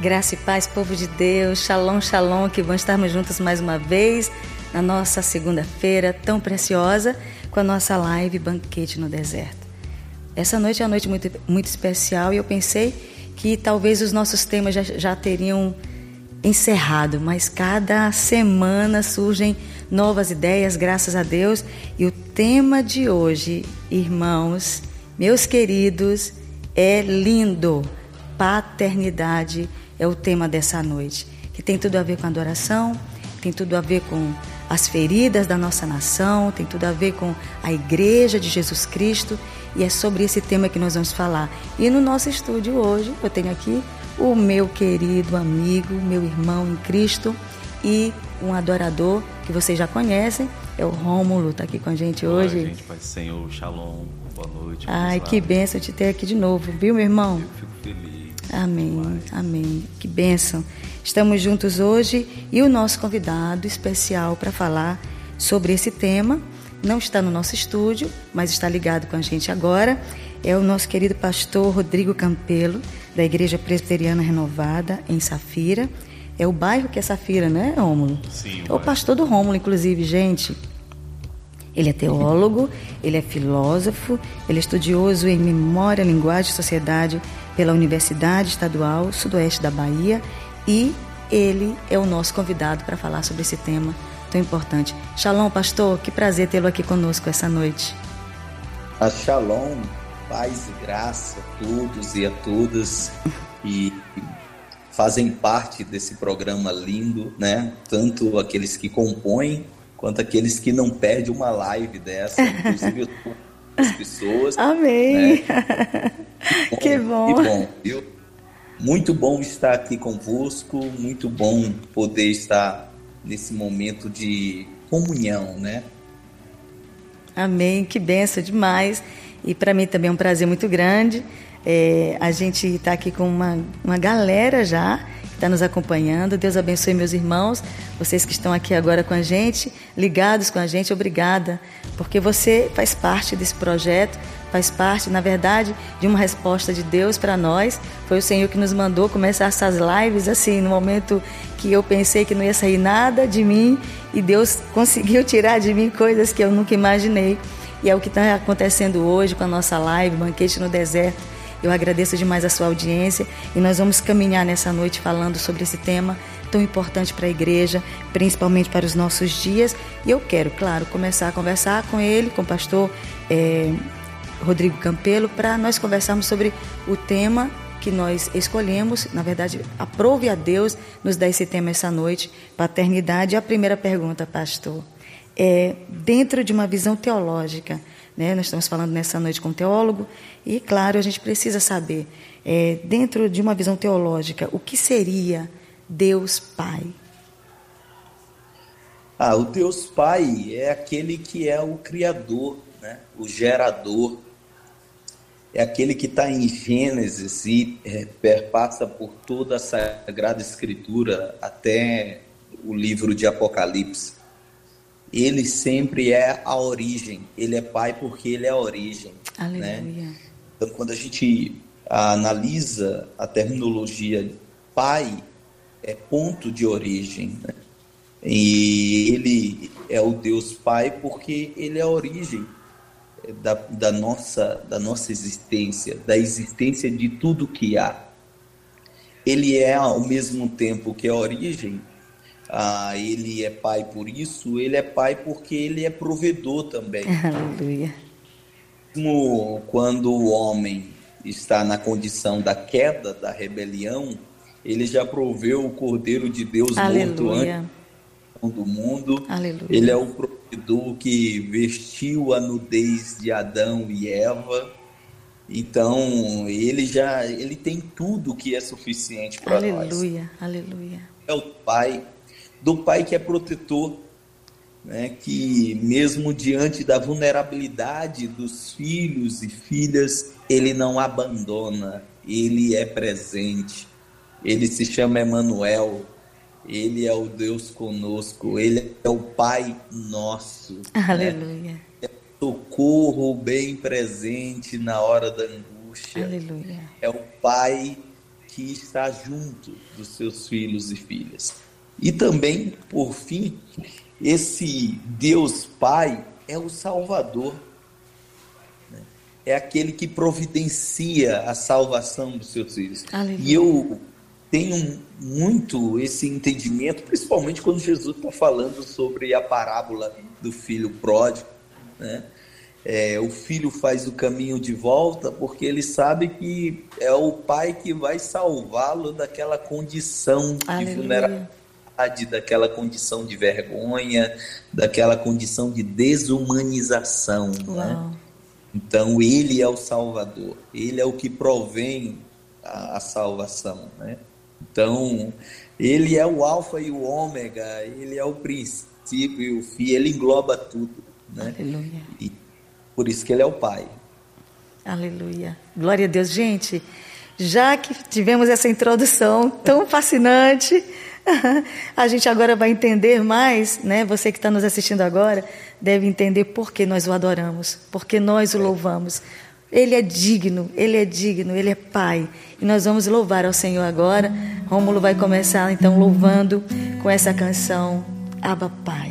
Graça e paz, povo de Deus, shalom, shalom, que bom estarmos juntos mais uma vez na nossa segunda-feira tão preciosa com a nossa live Banquete no Deserto. Essa noite é uma noite muito especial e eu pensei que talvez os nossos temas já teriam encerrado, mas cada semana surgem novas ideias, graças a Deus, e o tema de hoje, irmãos, meus queridos, é lindo. Paternidade é o tema dessa noite, que tem tudo a ver com adoração, tem tudo a ver com as feridas da nossa nação, tem tudo a ver com a Igreja de Jesus Cristo, e é sobre esse tema que nós vamos falar. E no nosso estúdio hoje, eu tenho aqui o meu querido amigo, meu irmão em Cristo e um adorador que vocês já conhecem, é o Rômulo, está aqui com a gente hoje. Olá, gente, Pai do Senhor, shalom, boa noite. Ai, que bênção te ter aqui de novo, viu, meu irmão? Eu fico feliz. Amém, amém. Que bênção. Estamos juntos hoje e o nosso convidado especial para falar sobre esse tema não está no nosso estúdio, mas está ligado com a gente agora. É o nosso querido pastor Rodrigo Campelo, da Igreja Presbiteriana Renovada, em Safira. É o bairro que é Safira, né, Rômulo? Sim. É o pastor do Rômulo, inclusive, gente. Ele é teólogo, ele é filósofo, ele é estudioso em Memória, Linguagem e Sociedade pela Universidade Estadual Sudoeste da Bahia e ele é o nosso convidado para falar sobre esse tema tão importante. Shalom, pastor, que prazer tê-lo aqui conosco essa noite. Shalom, paz e graça a todos e a todas que fazem parte desse programa lindo, né? Tanto aqueles que compõem quanto aqueles que não perdem uma live dessa, inclusive as pessoas. Amém. Né? Que bom. Que bom, viu? Muito bom estar aqui convosco, muito bom poder estar nesse momento de comunhão, né? Amém, que benção demais. E para mim também é um prazer muito grande. A gente está aqui com uma galera já que está nos acompanhando. Deus abençoe meus irmãos, vocês que estão aqui agora com a gente, ligados com a gente, obrigada, porque você faz parte desse projeto, faz parte, na verdade, de uma resposta de Deus para nós. Foi o Senhor que nos mandou começar essas lives, assim, no momento que eu pensei que não ia sair nada de mim, e Deus conseguiu tirar de mim coisas que eu nunca imaginei. E é o que está acontecendo hoje com a nossa live, Banquete no Deserto. Eu agradeço demais a sua audiência e nós vamos caminhar nessa noite falando sobre esse tema tão importante para a igreja, principalmente para os nossos dias. E eu quero, claro, começar a conversar com ele, com o pastor Rodrigo Campelo, para nós conversarmos sobre o tema que nós escolhemos. Na verdade, aprove a Deus nos dar esse tema essa noite, paternidade. A primeira pergunta, pastor, dentro de uma visão teológica, né? Nós estamos falando nessa noite com um teólogo e, claro, a gente precisa saber, dentro de uma visão teológica, o que seria Deus Pai? O Deus Pai é aquele que é o Criador, né? O gerador, é aquele que está em Gênesis e perpassa por toda a Sagrada Escritura até o livro de Apocalipse. Ele sempre é a origem, ele é pai porque ele é a origem. Aleluia. Né? Então, quando a gente analisa a terminologia pai, é ponto de origem. Né? E ele é o Deus Pai porque ele é a origem da nossa existência, da existência de tudo que há. Ele é, ao mesmo tempo que é a origem, ele é pai por isso, ele é pai porque ele é provedor também. Aleluia. Mesmo quando o homem está na condição da queda, da rebelião, ele já proveu o Cordeiro de Deus morto antes do mundo. Aleluia. Ele é o provedor que vestiu a nudez de Adão e Eva. Então, ele tem tudo que é suficiente para nós. Aleluia, aleluia. É o pai, do pai que é protetor, né? Que mesmo diante da vulnerabilidade dos filhos e filhas, ele não abandona, ele é presente. Ele se chama Emanuel, ele é o Deus conosco, ele é o Pai nosso. Aleluia. Né? É o socorro bem presente na hora da angústia. Aleluia. É o Pai que está junto dos seus filhos e filhas. E também, por fim, esse Deus Pai é o Salvador, né? É aquele que providencia a salvação dos seus filhos. Aleluia. E eu tenho muito esse entendimento, principalmente quando Jesus está falando sobre a parábola do filho pródigo, né? O filho faz o caminho de volta porque ele sabe que é o pai que vai salvá-lo daquela condição Aleluia. de vulnerabilidade, daquela condição de vergonha, daquela condição de desumanização, né? Então ele é o Salvador, ele é o que provém a salvação, né? Então ele é o alfa e o ômega, ele é o princípio e o fim, ele engloba tudo, né? Aleluia. E por isso que ele é o Pai. Aleluia. Glória a Deus. Gente, já que tivemos essa introdução tão fascinante, a gente agora vai entender mais, né? Você que está nos assistindo agora deve entender por que nós o adoramos, por que nós o louvamos. Ele é digno, ele é Pai. E nós vamos louvar ao Senhor agora. Rômulo vai começar então louvando com essa canção, Abba Pai.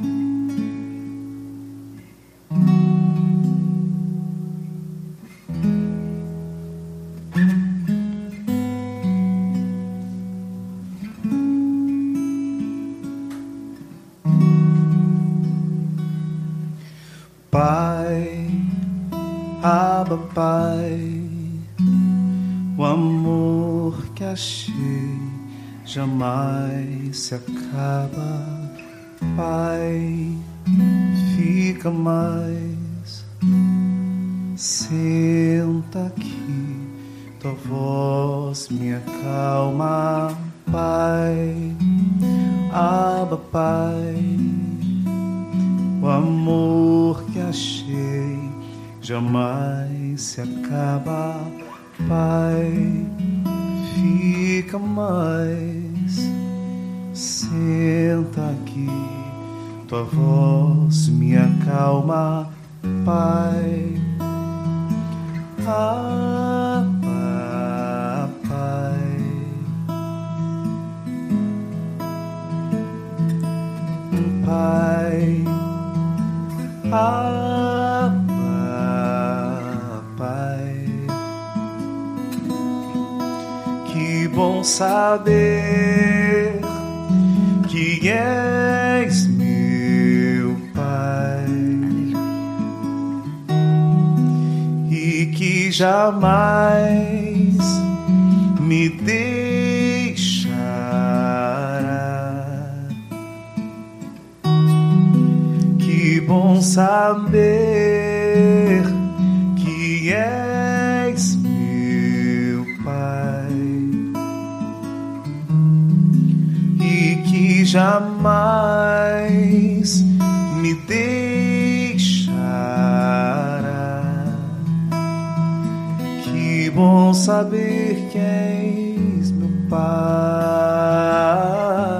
Pai, Abba Pai, o amor que achei jamais se acaba. Pai, fica mais, senta aqui, tua voz me acalma. Pai, Abba Pai, o amor que achei jamais se acaba. Pai, fica mais, senta aqui, tua voz me acalma. Pai, Abba, Pai, Pai, Abba, Pai, que bom saber que és meu Pai e que jamais me deixará. Que bom saber que és meu Pai e que jamais me deixará. Que bom saber que és meu Pai.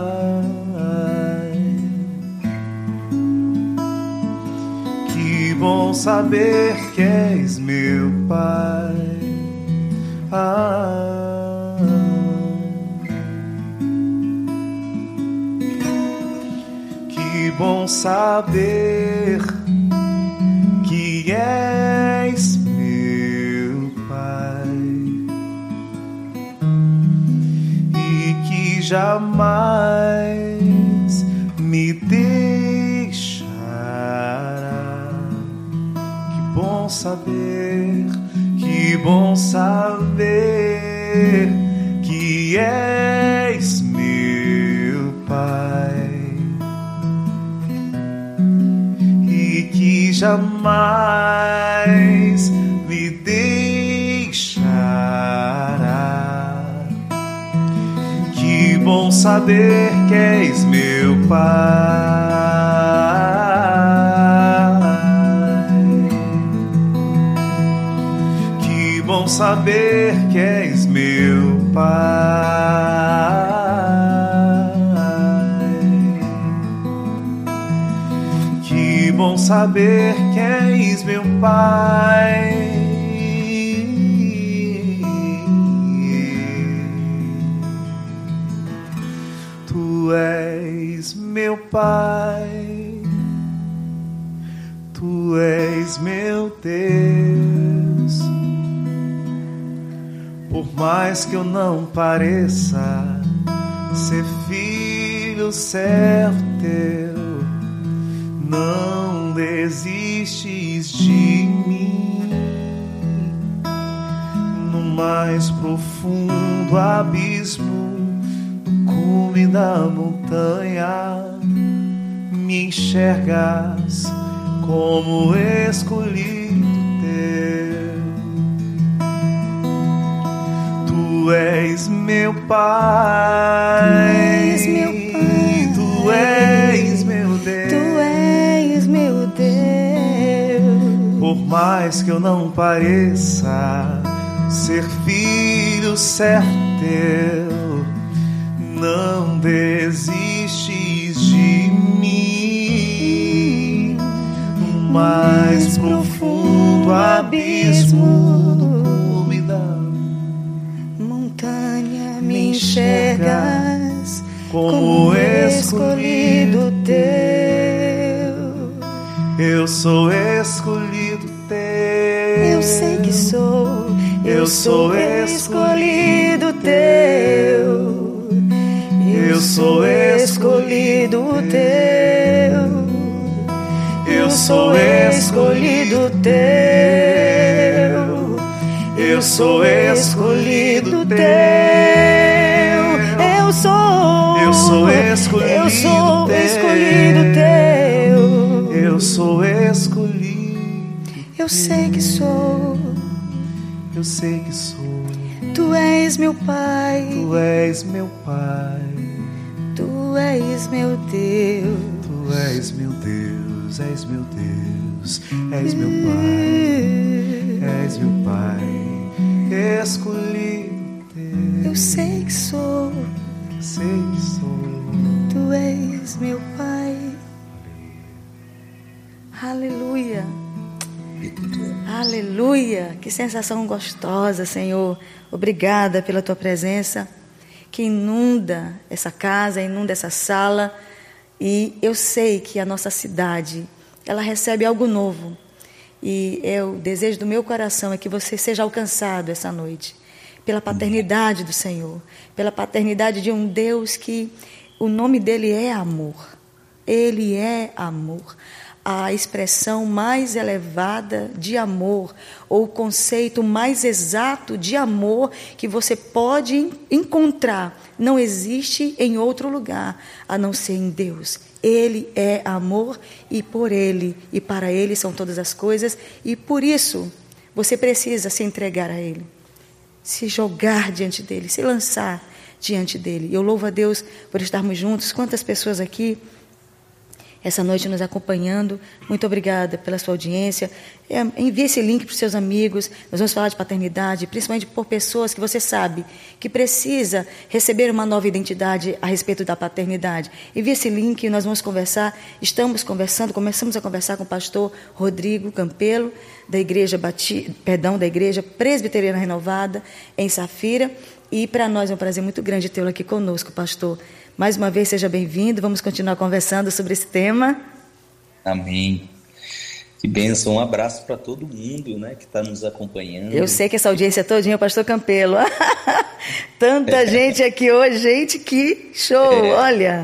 Que bom saber que és meu Pai. Que bom saber que és meu Pai e que jamais me deixará. Que bom saber que és meu Pai e que jamais me deixará. Que bom saber que és meu Pai. Que bom saber que és meu Pai. Que bom saber que és meu Pai. Pai, Tu és meu Deus. Por mais que eu não pareça ser filho certo teu, não desistes de mim. No mais profundo abismo, no cume da montanha, me enxergas como escolhido teu. Tu és meu Pai, Tu és meu Deus. Tu és meu Deus. Por mais que eu não pareça ser filho certo teu, não desistes de mim. No mais profundo abismo, no cume da montanha, me enxergas como escolhido teu. Eu sou escolhido teu. Eu sei que sou. Eu sou escolhido teu. Eu sou escolhido teu. Eu sou escolhido teu. Eu sou escolhido teu. Eu sou escolhido teu. Eu sou escolhido. Eu sei que sou. Eu sei que sou. Tu és meu Pai. Tu és meu Pai. Tu és meu Deus. Tu és meu Deus. És meu Deus. És meu Pai. És meu Pai. Escolhido teu. Eu sei que sou. Sei que sou. Tu és meu Pai. Aleluia. Aleluia. Que sensação gostosa, Senhor. Obrigada pela Tua presença que inunda essa casa, inunda essa sala. E eu sei que a nossa cidade, ela recebe algo novo. E o desejo do meu coração é que você seja alcançado essa noite pela paternidade do Senhor, pela paternidade de um Deus que o nome dele é amor. Ele é amor. A expressão mais elevada de amor, ou o conceito mais exato de amor que você pode encontrar, não existe em outro lugar a não ser em Deus. Ele é amor e por Ele e para Ele são todas as coisas, e por isso você precisa se entregar a Ele, se jogar diante dEle, se lançar diante dEle. Eu louvo a Deus por estarmos juntos. Quantas pessoas aqui essa noite nos acompanhando. Muito obrigada pela sua audiência. Envie esse link para os seus amigos. Nós vamos falar de paternidade, principalmente por pessoas que você sabe que precisa receber uma nova identidade a respeito da paternidade. Envie esse link e nós vamos conversar. Começamos a conversar com o pastor Rodrigo Campelo, da Igreja Presbiteriana Renovada, em Safira. E para nós é um prazer muito grande tê-lo aqui conosco, pastor. Mais uma vez, seja bem-vindo. Vamos continuar conversando sobre esse tema. Amém. Que bênção. Um abraço para todo mundo, né, que está nos acompanhando. Eu sei que essa audiência todinha é o pastor Campelo. Tanta gente aqui hoje, gente, que show. Olha,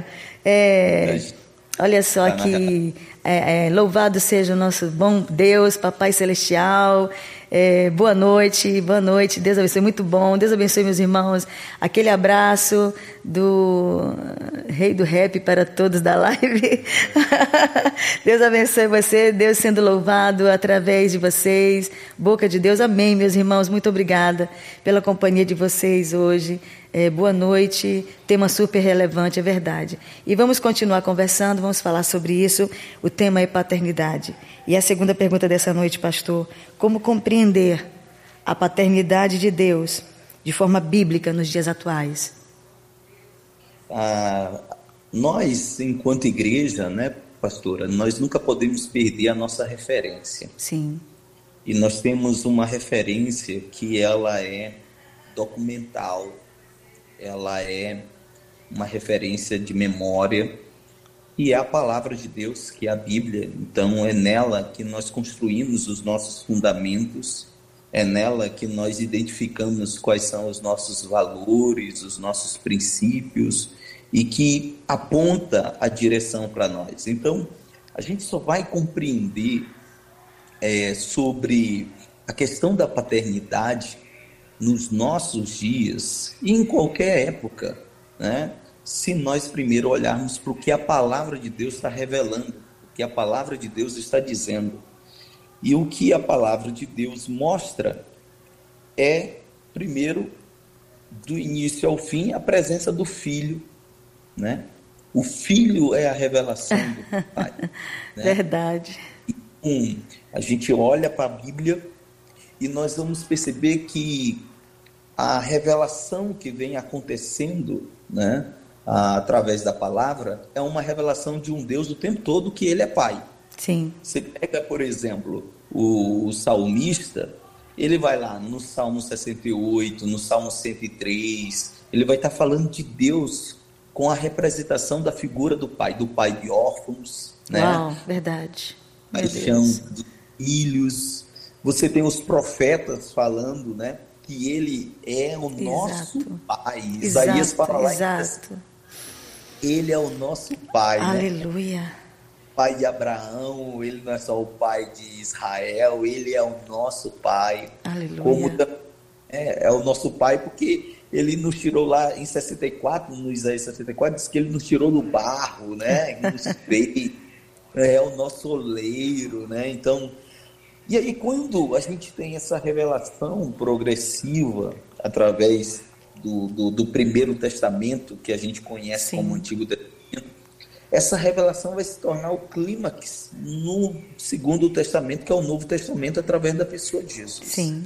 olha só que louvado seja o nosso bom Deus, Papai Celestial. Boa noite, Deus abençoe, muito bom, Deus abençoe meus irmãos, aquele abraço do rei do rap para todos da live. Deus abençoe você, Deus sendo louvado através de vocês, boca de Deus, amém meus irmãos, muito obrigada pela companhia de vocês hoje. Boa noite, tema super relevante, é verdade. E vamos continuar conversando, vamos falar sobre isso. O tema é paternidade. E a segunda pergunta dessa noite, pastor: como compreender a paternidade de Deus de forma bíblica nos dias atuais? Nós, enquanto igreja, né, pastora, nós nunca podemos perder a nossa referência. Sim. E nós temos uma referência que ela é documental. Ela é uma referência de memória, e é a palavra de Deus, que é a Bíblia. Então é nela que nós construímos os nossos fundamentos, é nela que nós identificamos quais são os nossos valores, os nossos princípios, e que aponta a direção para nós. Então a gente só vai compreender sobre a questão da paternidade nos nossos dias e em qualquer época, né? Se nós primeiro olharmos para o que a palavra de Deus está revelando, o que a palavra de Deus está dizendo. E o que a palavra de Deus mostra é, primeiro, do início ao fim, a presença do Filho, né? O Filho é a revelação do Pai. Né? Verdade. A gente olha para a Bíblia e nós vamos perceber que a revelação que vem acontecendo, né, através da palavra, é uma revelação de um Deus o tempo todo, que Ele é Pai. Sim. Você pega, por exemplo, o salmista, ele vai lá no Salmo 68, no Salmo 103, ele vai estar falando de Deus com a representação da figura do Pai de órfãos, né? Uau, verdade. Paixão dos filhos. Você tem os profetas falando, né, que Ele é o nosso Pai. Isaías fala lá, Ele é o nosso Pai. Aleluia. Né? Pai de Abraão, Ele não é só o Pai de Israel, Ele é o nosso Pai. Aleluia. Como é o nosso Pai, porque Ele nos tirou lá em 64, no Isaías 64, diz que Ele nos tirou do barro, né? E nos fez, é o nosso oleiro, né? Então, e aí quando a gente tem essa revelação progressiva através do Primeiro Testamento, que a gente conhece como Antigo Testamento, essa revelação vai se tornar o clímax no Segundo Testamento, que é o Novo Testamento, através da pessoa de Jesus. Sim.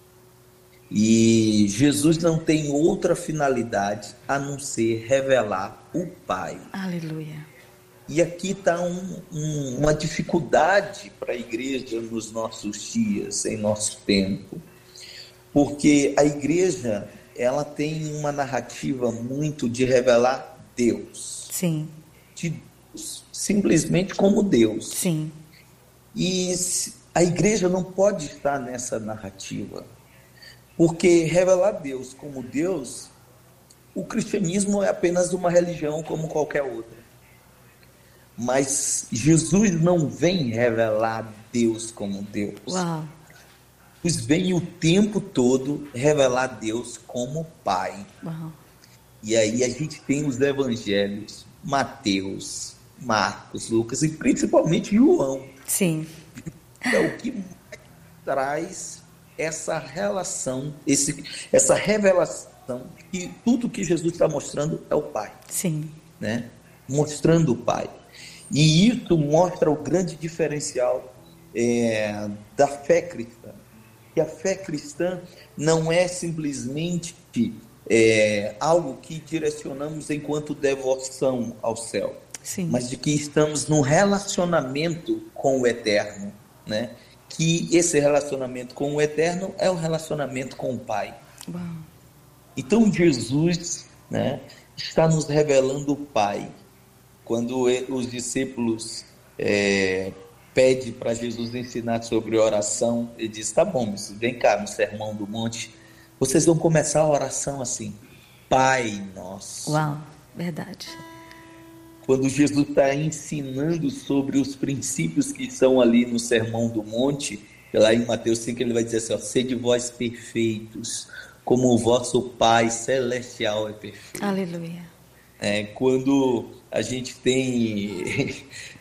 E Jesus não tem outra finalidade a não ser revelar o Pai. Aleluia. E aqui está uma dificuldade para a igreja nos nossos dias, em nosso tempo, porque a igreja, ela tem uma narrativa muito de revelar Deus. Sim. De Deus, simplesmente como Deus. Sim. E a igreja não pode estar nessa narrativa, porque revelar Deus como Deus, o cristianismo é apenas uma religião como qualquer outra. Mas Jesus não vem revelar Deus como Deus. Uau. Jesus vem o tempo todo revelar Deus como Pai. Uau. E aí a gente tem os evangelhos, Mateus, Marcos, Lucas e principalmente João. Sim. É o que mais traz essa relação, essa revelação que tudo que Jesus está mostrando é o Pai. Sim. Né? Mostrando o Pai. E isso mostra o grande diferencial da fé cristã. Que a fé cristã não é simplesmente algo que direcionamos enquanto devoção ao céu. Sim. Mas de que estamos num relacionamento com o Eterno, né? Que esse relacionamento com o Eterno é o relacionamento com o Pai. Uau. Então Jesus, né, está nos revelando o Pai. Quando os discípulos pedem para Jesus ensinar sobre oração, ele diz, tá bom, vem cá no Sermão do Monte, vocês vão começar a oração assim, Pai Nosso. Uau, verdade. Quando Jesus está ensinando sobre os princípios que estão ali no Sermão do Monte, lá em Mateus 5 ele vai dizer assim, ó, sede vós perfeitos, como o vosso Pai Celestial é perfeito. Aleluia. Quando a gente tem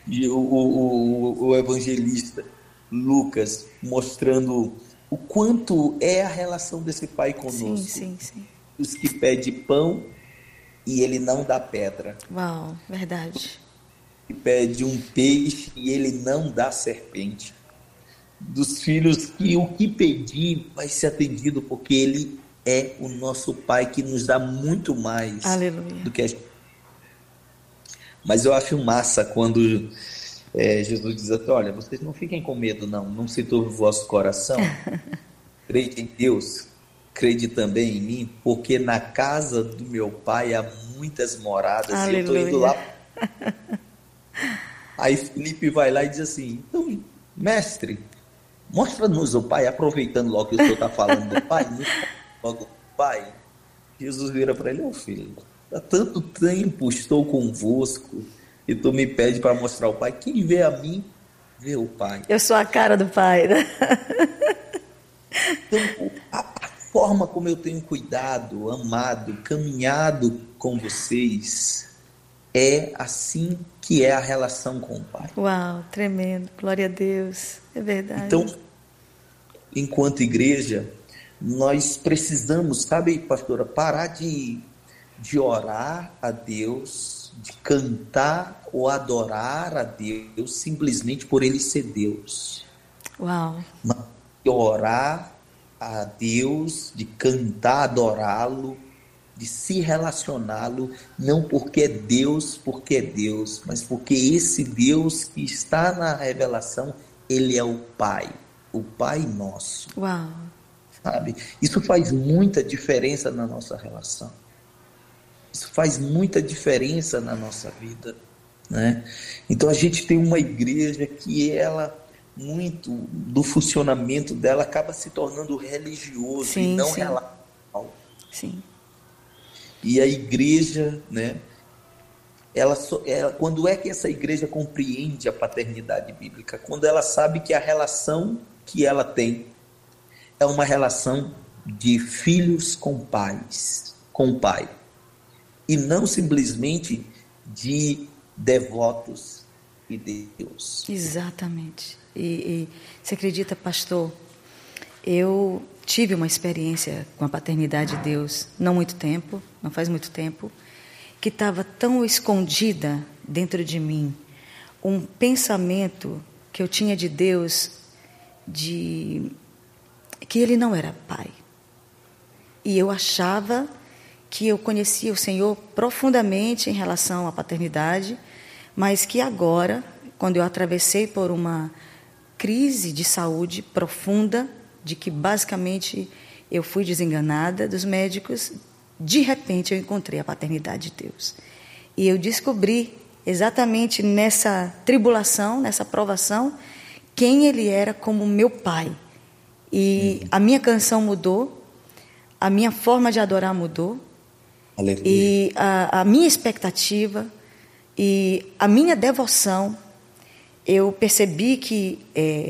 o evangelista Lucas mostrando o quanto é a relação desse Pai conosco. Sim. Os que pedem pão e ele não dá pedra. Uau, verdade. Que pede um peixe e ele não dá serpente. Dos filhos que o que pedir vai ser atendido, porque ele é o nosso Pai que nos dá muito mais. Aleluia. Do que a gente. Mas eu acho massa quando Jesus diz assim, olha, vocês não fiquem com medo não se turbe o vosso coração, crede em Deus, crede também em mim, porque na casa do meu Pai há muitas moradas. Aleluia. E eu estou indo lá. Aí Felipe vai lá e diz assim: então, mestre, mostra-nos o Pai, aproveitando logo que o senhor está falando do Pai, nos mostra logo o Pai. Jesus vira para ele: ô filho, há tanto tempo estou convosco e tu me pede para mostrar o Pai. Quem vê a mim, vê o Pai. Eu sou a cara do Pai, né? Então, a forma como eu tenho cuidado, amado, caminhado com vocês, é assim que é a relação com o Pai. Uau, tremendo, glória a Deus, é verdade. Então, enquanto igreja, nós precisamos, sabe, pastora, parar de orar a Deus, de cantar ou adorar a Deus simplesmente por Ele ser Deus. Uau. Mas de orar a Deus, de cantar, adorá-lo, de se relacioná-lo, não porque é Deus, mas porque esse Deus que está na revelação, Ele é o Pai nosso. Uau. Sabe? Isso faz muita diferença na nossa relação. Isso faz muita diferença na nossa vida, né? Então a gente tem uma igreja que ela, muito do funcionamento dela acaba se tornando religioso, sim, e não sim. relacional. Sim. E a igreja, né? Quando é que essa igreja compreende a paternidade bíblica? Quando ela sabe que a relação que ela tem é uma relação de filhos com pais, com o pai, e não simplesmente de devotos e de Deus. Exatamente. E você acredita, pastor, eu tive uma experiência com a paternidade de Deus, não faz muito tempo, que estava tão escondida dentro de mim, um pensamento que eu tinha de Deus, de que Ele não era pai. E eu achava que eu conhecia o Senhor profundamente em relação à paternidade, mas que agora, quando eu atravessei por uma crise de saúde profunda, de que basicamente eu fui desenganada dos médicos, de repente eu encontrei a paternidade de Deus. E eu descobri exatamente nessa tribulação, nessa provação, quem Ele era como meu pai. E a minha canção mudou, a minha forma de adorar mudou, Aleluia. E a minha expectativa e a minha devoção, eu percebi que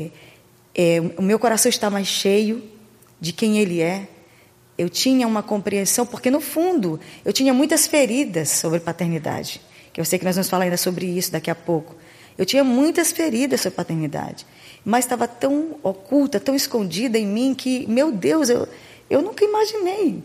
o meu coração está mais cheio de quem Ele é. Eu tinha uma compreensão, porque no fundo eu tinha muitas feridas sobre paternidade, que eu sei que nós vamos falar ainda sobre isso daqui a pouco. Eu tinha muitas feridas sobre paternidade, mas estava tão oculta, tão escondida em mim que, meu Deus, eu nunca imaginei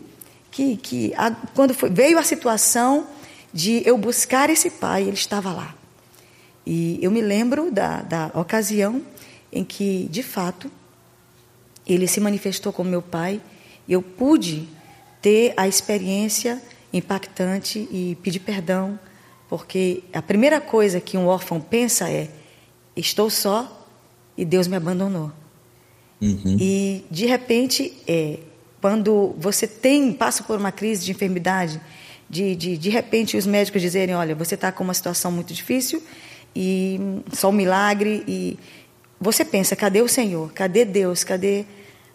quando veio a situação de eu buscar esse pai, ele estava lá. E eu me lembro da ocasião em que, de fato, ele se manifestou como meu pai, e eu pude ter a experiência impactante e pedir perdão, porque a primeira coisa que um órfão pensa é: estou só e Deus me abandonou. Uhum. E, de repente, quando você passa por uma crise de enfermidade, de repente os médicos dizerem: olha, você está com uma situação muito difícil e só um milagre, e você pensa: cadê o Senhor? Cadê Deus? Cadê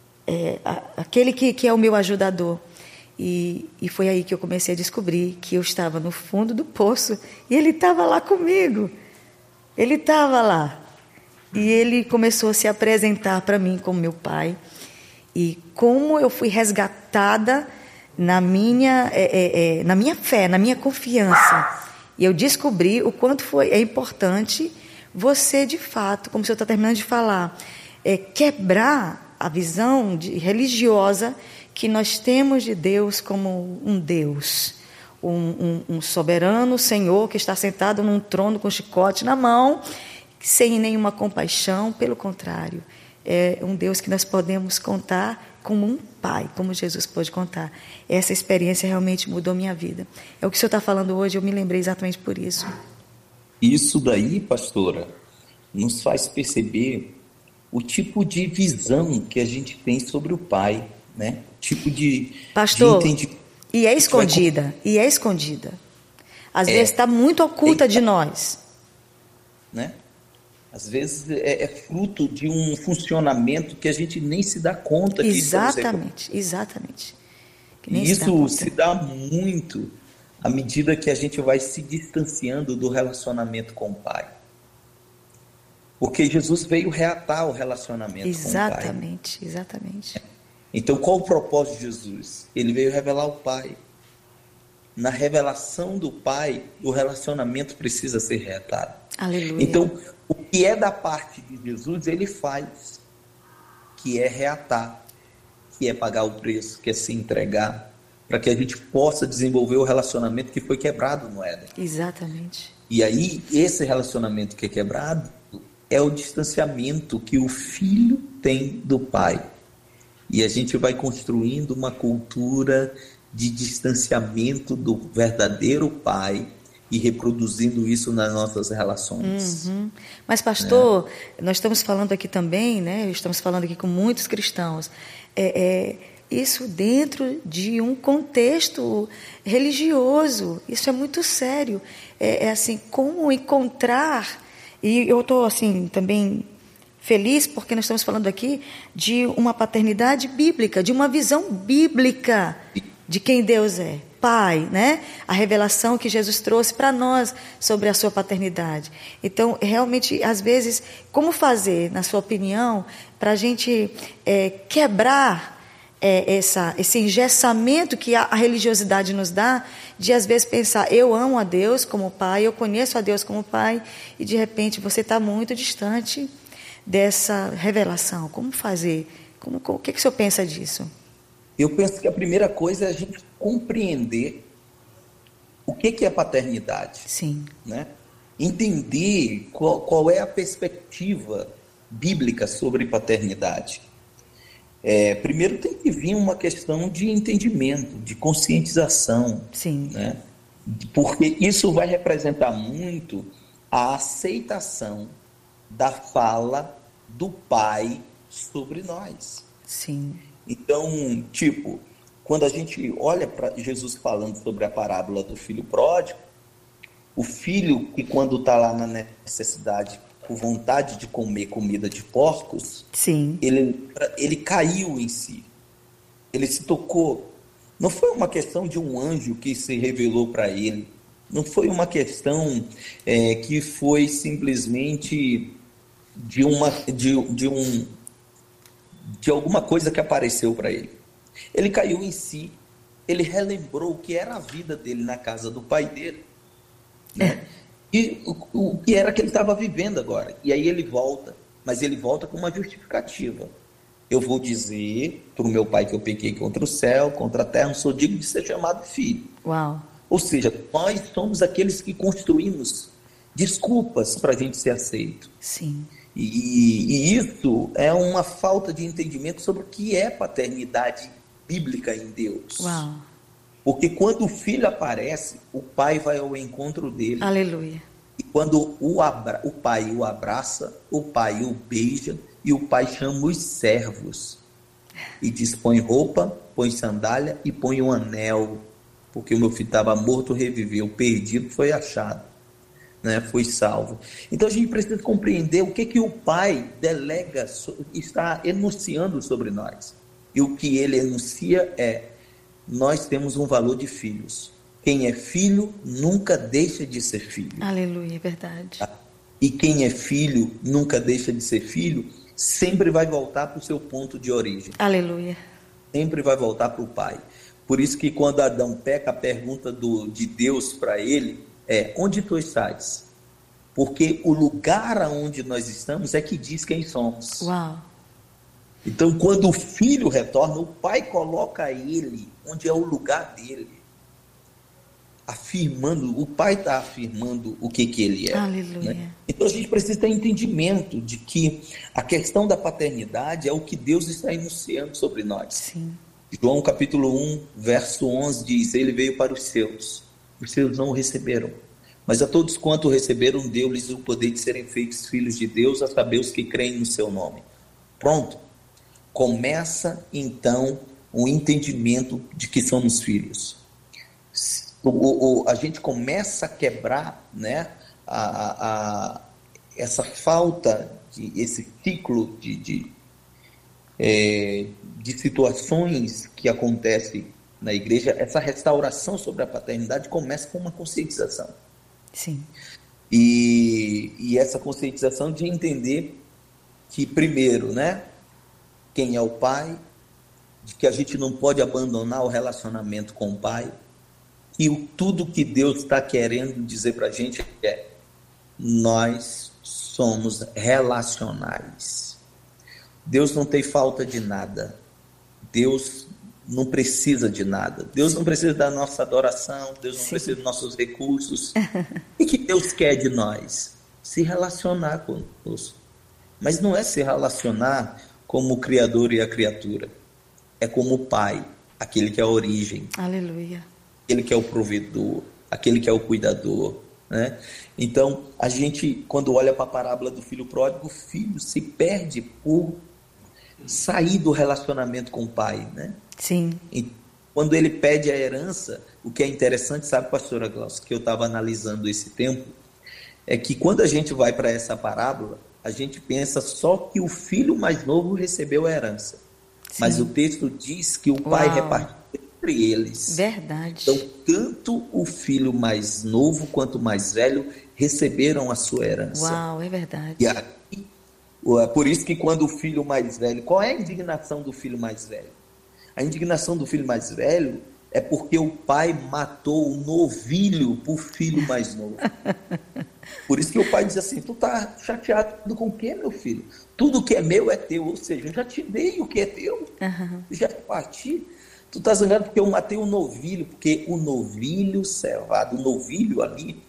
aquele que é o meu ajudador? E foi aí que eu comecei a descobrir que eu estava no fundo do poço e Ele estava lá comigo. Ele estava lá. E Ele começou a se apresentar para mim como meu pai. E como eu fui resgatada na minha fé, na minha confiança. E eu descobri o quanto é importante você, de fato, como o senhor está terminando de falar, quebrar a visão religiosa que nós temos de Deus como um Deus, um soberano Senhor que está sentado num trono com chicote na mão, sem nenhuma compaixão. Pelo contrário, é um Deus que nós podemos contar como um pai, como Jesus pôde contar. Essa experiência realmente mudou minha vida. É o que o senhor está falando hoje, eu me lembrei exatamente por isso. Isso daí, pastora, nos faz perceber o tipo de visão que a gente tem sobre o pai, né? O tipo de Pastor, de entendimento. E é escondida. Às vezes está muito oculta de nós. né? Às vezes é fruto de um funcionamento que a gente nem se dá conta que estamos Exatamente, exatamente. Que nem E se dá isso conta. se dá muito à medida que a gente vai se distanciando do relacionamento com o Pai. Porque Jesus veio reatar o relacionamento com o Pai. Exatamente, exatamente. Então, qual o propósito de Jesus? Ele veio revelar o Pai. Na revelação do Pai, o relacionamento precisa ser reatado. Aleluia. Então, o que é da parte de Jesus, ele faz, que é reatar, que é pagar o preço, que é se entregar, para que a gente possa desenvolver o relacionamento que foi quebrado no Éden. Exatamente. E aí, esse relacionamento que é quebrado é o distanciamento que o filho tem do pai. E a gente vai construindo uma cultura de distanciamento do verdadeiro pai e reproduzindo isso nas nossas relações. Uhum. Mas, pastor, nós estamos falando aqui também, né? Estamos falando aqui com muitos cristãos. Isso dentro de um contexto religioso. Isso é muito sério. Assim, como encontrar... E eu estou, assim, também feliz porque nós estamos falando aqui de uma paternidade bíblica, de uma visão bíblica de quem Deus é. Pai, né? A revelação que Jesus trouxe para nós sobre a sua paternidade. Então, realmente, às vezes, como fazer, na sua opinião, para a gente quebrar esse engessamento que a religiosidade nos dá, de às vezes pensar, eu amo a Deus como Pai, eu conheço a Deus como Pai, e de repente você está muito distante dessa revelação. Como fazer? O que o senhor pensa disso? Eu penso que a primeira coisa é a gente compreender o que é paternidade. Sim. Né? Entender qual é a perspectiva bíblica sobre paternidade. Primeiro tem que vir uma questão de entendimento, de conscientização. Sim. Né? Porque isso vai representar muito a aceitação da fala do Pai sobre nós. Sim. Então, tipo, quando a gente olha para Jesus falando sobre a parábola do filho pródigo, o filho que quando está lá na necessidade, com vontade de comer comida de porcos, sim, ele caiu em si, ele se tocou. Não foi uma questão de um anjo que se revelou para ele, não foi uma questão que foi simplesmente de alguma coisa que apareceu para ele. Ele caiu em si, ele relembrou o que era a vida dele na casa do pai dele, né? E o que era que ele estava vivendo agora. E aí ele volta, mas ele volta com uma justificativa. Eu vou dizer para o meu pai que eu pequei contra o céu, contra a terra, não sou digno de ser chamado filho. Uau. Ou seja, nós somos aqueles que construímos desculpas para a gente ser aceito. Sim. E isso é uma falta de entendimento sobre o que é paternidade bíblica em Deus. Uau. Porque quando o filho aparece, o pai vai ao encontro dele. Aleluia. E quando o pai o abraça, o pai o beija e o pai chama os servos. E diz, põe roupa, põe sandália e põe um anel. Porque o meu filho estava morto, reviveu, perdido, foi achado. Né, foi salvo. Então a gente precisa compreender o que o pai delega, está enunciando sobre nós. E o que ele enuncia nós temos um valor de filhos. Quem é filho nunca deixa de ser filho. Aleluia, é verdade. E quem é filho nunca deixa de ser filho, sempre vai voltar para o seu ponto de origem. Aleluia. Sempre vai voltar para o pai. Por isso que quando Adão peca, a pergunta de Deus para ele onde tu estás? Porque o lugar onde nós estamos é que diz quem somos. Uau. Então, quando o filho retorna, o pai coloca ele onde é o lugar dele. O pai está afirmando o que ele é. Aleluia. Né? Então, a gente precisa ter entendimento de que a questão da paternidade é o que Deus está enunciando sobre nós. Sim. João capítulo 1, verso 11 diz, ele veio para os seus não o receberam. Mas a todos quanto o receberam, deu-lhes o poder de serem feitos filhos de Deus, a saber os que creem no seu nome. Pronto. Começa, então, o entendimento de que somos filhos. A gente começa a quebrar, né, essa falta, esse ciclo de situações que acontecem na igreja, essa restauração sobre a paternidade começa com uma conscientização. Sim. E essa conscientização de entender que, primeiro, né, quem é o pai, de que a gente não pode abandonar o relacionamento com o pai, e tudo que Deus está querendo dizer para a gente é: nós somos relacionais. Deus não tem falta de nada. Deus não precisa de nada. Deus não precisa da nossa adoração. Deus não precisa dos nossos recursos. O que Deus quer de nós? Se relacionar conosco. Mas não é se relacionar como o Criador e a criatura. É como o Pai, aquele que é a origem. Aleluia. Aquele que é o provedor, aquele que é o cuidador, né? Então, a gente, quando olha para a parábola do filho pródigo, o filho se perde por sair do relacionamento com o pai, né? Sim. E quando ele pede a herança, o que é interessante, sabe, pastora Glaucia, que eu estava analisando esse tempo, é que quando a gente vai para essa parábola, a gente pensa só que o filho mais novo recebeu a herança. Sim. Mas o texto diz que o pai repartiu entre eles. Verdade. Então, tanto o filho mais novo quanto o mais velho receberam a sua herança. Uau, é verdade. E aqui, por isso que quando o filho mais velho... Qual é a indignação do filho mais velho? A indignação do filho mais velho é porque o pai matou o novilho para o filho mais novo. Por isso que o pai diz assim: tu tá chateado com o quê, meu filho? Tudo que é meu é teu. Ou seja, eu já te dei o que é teu. Já parti. Tu tá zangado porque eu matei o novilho. Porque o novilho cevado, o novilho ali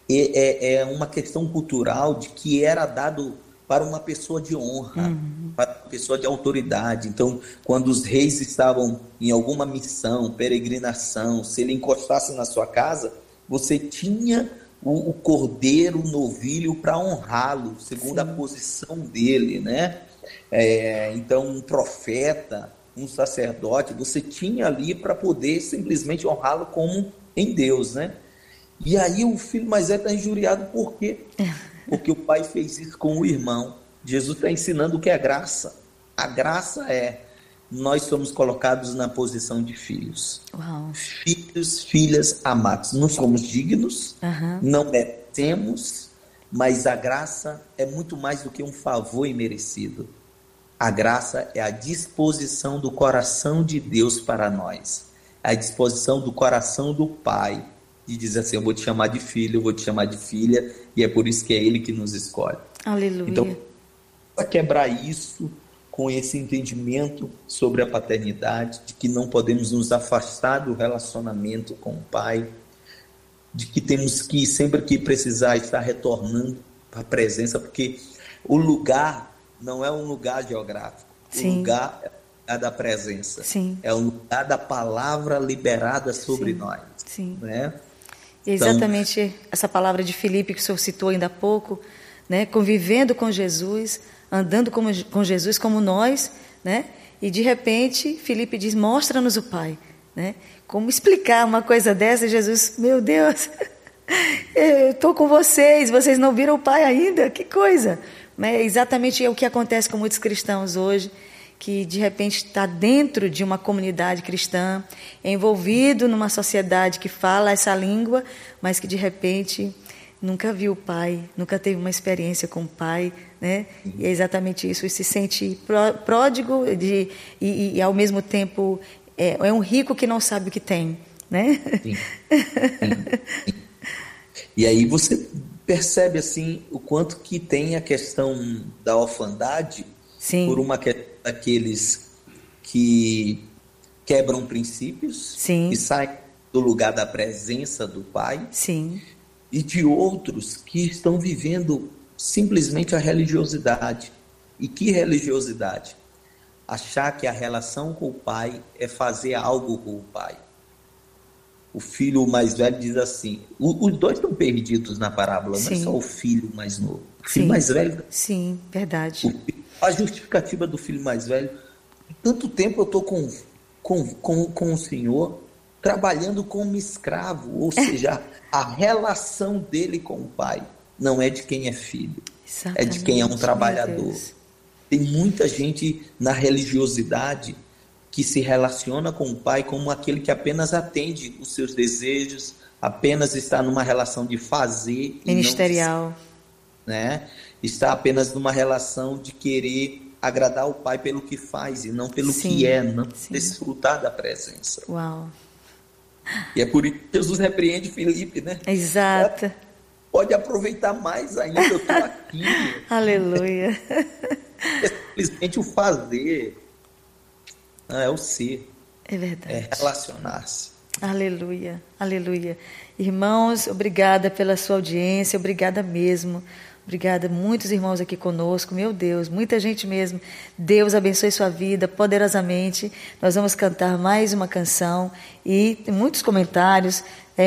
é uma questão cultural de que era dado para uma pessoa de honra, para uma pessoa de autoridade. Então, quando os reis estavam em alguma missão, peregrinação, se ele encostasse na sua casa, você tinha o cordeiro, o novilho, para honrá-lo, segundo a posição dele, né? Então, um profeta, um sacerdote, você tinha ali para poder simplesmente honrá-lo como em Deus, né? E aí o filho mais velho está injuriado por quê? Porque o pai fez isso com o irmão. Jesus está ensinando o que é graça. A graça é: nós somos colocados na posição de filhos. Uau. Filhos, filhas amados. Não somos dignos, não merecemos, mas a graça é muito mais do que um favor imerecido. A graça é a disposição do coração de Deus para nós. A disposição do coração do Pai. De dizer assim: eu vou te chamar de filho, eu vou te chamar de filha, e é por isso que é Ele que nos escolhe. Aleluia. Então, para quebrar isso, com esse entendimento sobre a paternidade, de que não podemos nos afastar do relacionamento com o Pai, de que temos que, sempre que precisar, estar retornando à presença, porque o lugar não é um lugar geográfico. Sim. O lugar é o lugar da presença. Sim. É o lugar da palavra liberada sobre nós. Sim. Né? E exatamente essa palavra de Filipe que o senhor citou ainda há pouco, né? Convivendo com Jesus, andando com Jesus como nós, né? E de repente Filipe diz: mostra-nos o Pai, né? Como explicar uma coisa dessa? Jesus: meu Deus, eu estou com vocês não viram o Pai ainda? Que coisa! Né? Exatamente é o que acontece com muitos cristãos hoje, que de repente está dentro de uma comunidade cristã, envolvido numa sociedade que fala essa língua, mas que de repente nunca viu o Pai, nunca teve uma experiência com o Pai, né? E é exatamente isso, e se sente pródigo e ao mesmo tempo é um rico que não sabe o que tem, né? Sim. Sim. E aí você percebe assim o quanto que tem a questão da orfandade. Sim. Por uma questão daqueles que quebram princípios. Sim. E saem do lugar da presença do Pai. Sim. E de outros que estão vivendo simplesmente a religiosidade. E que religiosidade? Achar que a relação com o Pai é fazer algo com o Pai. O filho mais velho diz assim, os dois estão perdidos na parábola, não é só o filho mais novo. O filho mais velho... Sim, verdade. A justificativa do filho mais velho: tanto tempo eu estou com o Senhor, trabalhando como escravo, ou seja, a relação dele com o Pai não é de quem é filho. é de quem é um trabalhador. Deus. Tem muita gente na religiosidade que se relaciona com o Pai como aquele que apenas atende os seus desejos, apenas está numa relação de fazer. Ministerial. Né? Está apenas numa relação de querer agradar o Pai pelo que faz e não pelo que é, não desfrutar da presença. Uau. E é por isso que Jesus repreende Filipe, né? Exato. Pode aproveitar mais ainda, eu estou aqui. Aleluia. É simplesmente o fazer, é o ser. É verdade. É relacionar-se. Aleluia, aleluia. Irmãos, obrigada pela sua audiência, obrigada mesmo. Obrigada, muitos irmãos aqui conosco, meu Deus, muita gente mesmo. Deus abençoe sua vida poderosamente. Nós vamos cantar mais uma canção e tem muitos comentários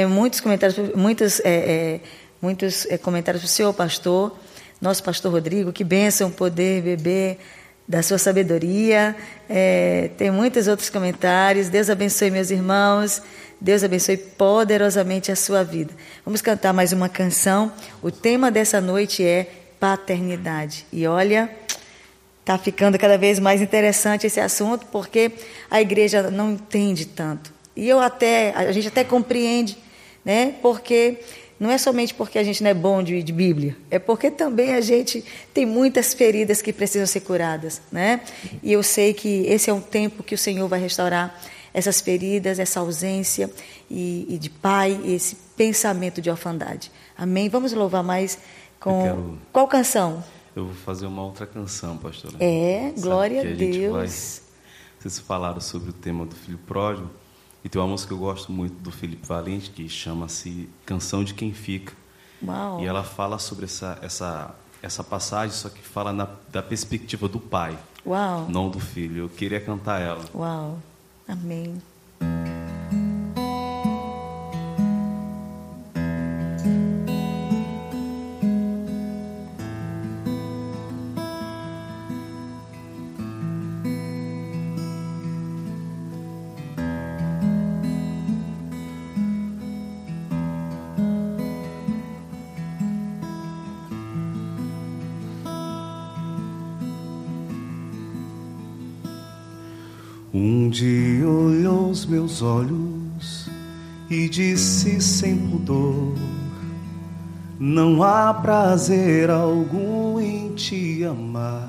para o senhor pastor, nosso pastor Rodrigo. Que bênção poder beber da sua sabedoria. Tem muitos outros comentários. Deus abençoe meus irmãos. Deus abençoe poderosamente a sua vida. Vamos cantar mais uma canção. O tema dessa noite é paternidade. E olha, está ficando cada vez mais interessante esse assunto, porque a igreja não entende tanto. E a gente até compreende, né? Porque não é somente porque a gente não é bom de Bíblia, é porque também a gente tem muitas feridas que precisam ser curadas, né? E eu sei que esse é um tempo que o Senhor vai restaurar essas feridas, essa ausência e de pai, esse pensamento de orfandade. Amém? Vamos louvar mais com... Qual canção? Eu vou fazer uma outra canção, pastora. Glória a Deus. Vocês falaram sobre o tema do filho pródigo, e tem uma música que eu gosto muito do Felipe Valente, que chama-se Canção de Quem Fica. Uau. E ela fala sobre essa passagem, só que fala da perspectiva do pai, Uau. Não do filho. Eu queria cantar ela. Uau. Amém. Um dia olhou os meus olhos e disse sem pudor: não há prazer algum em te amar.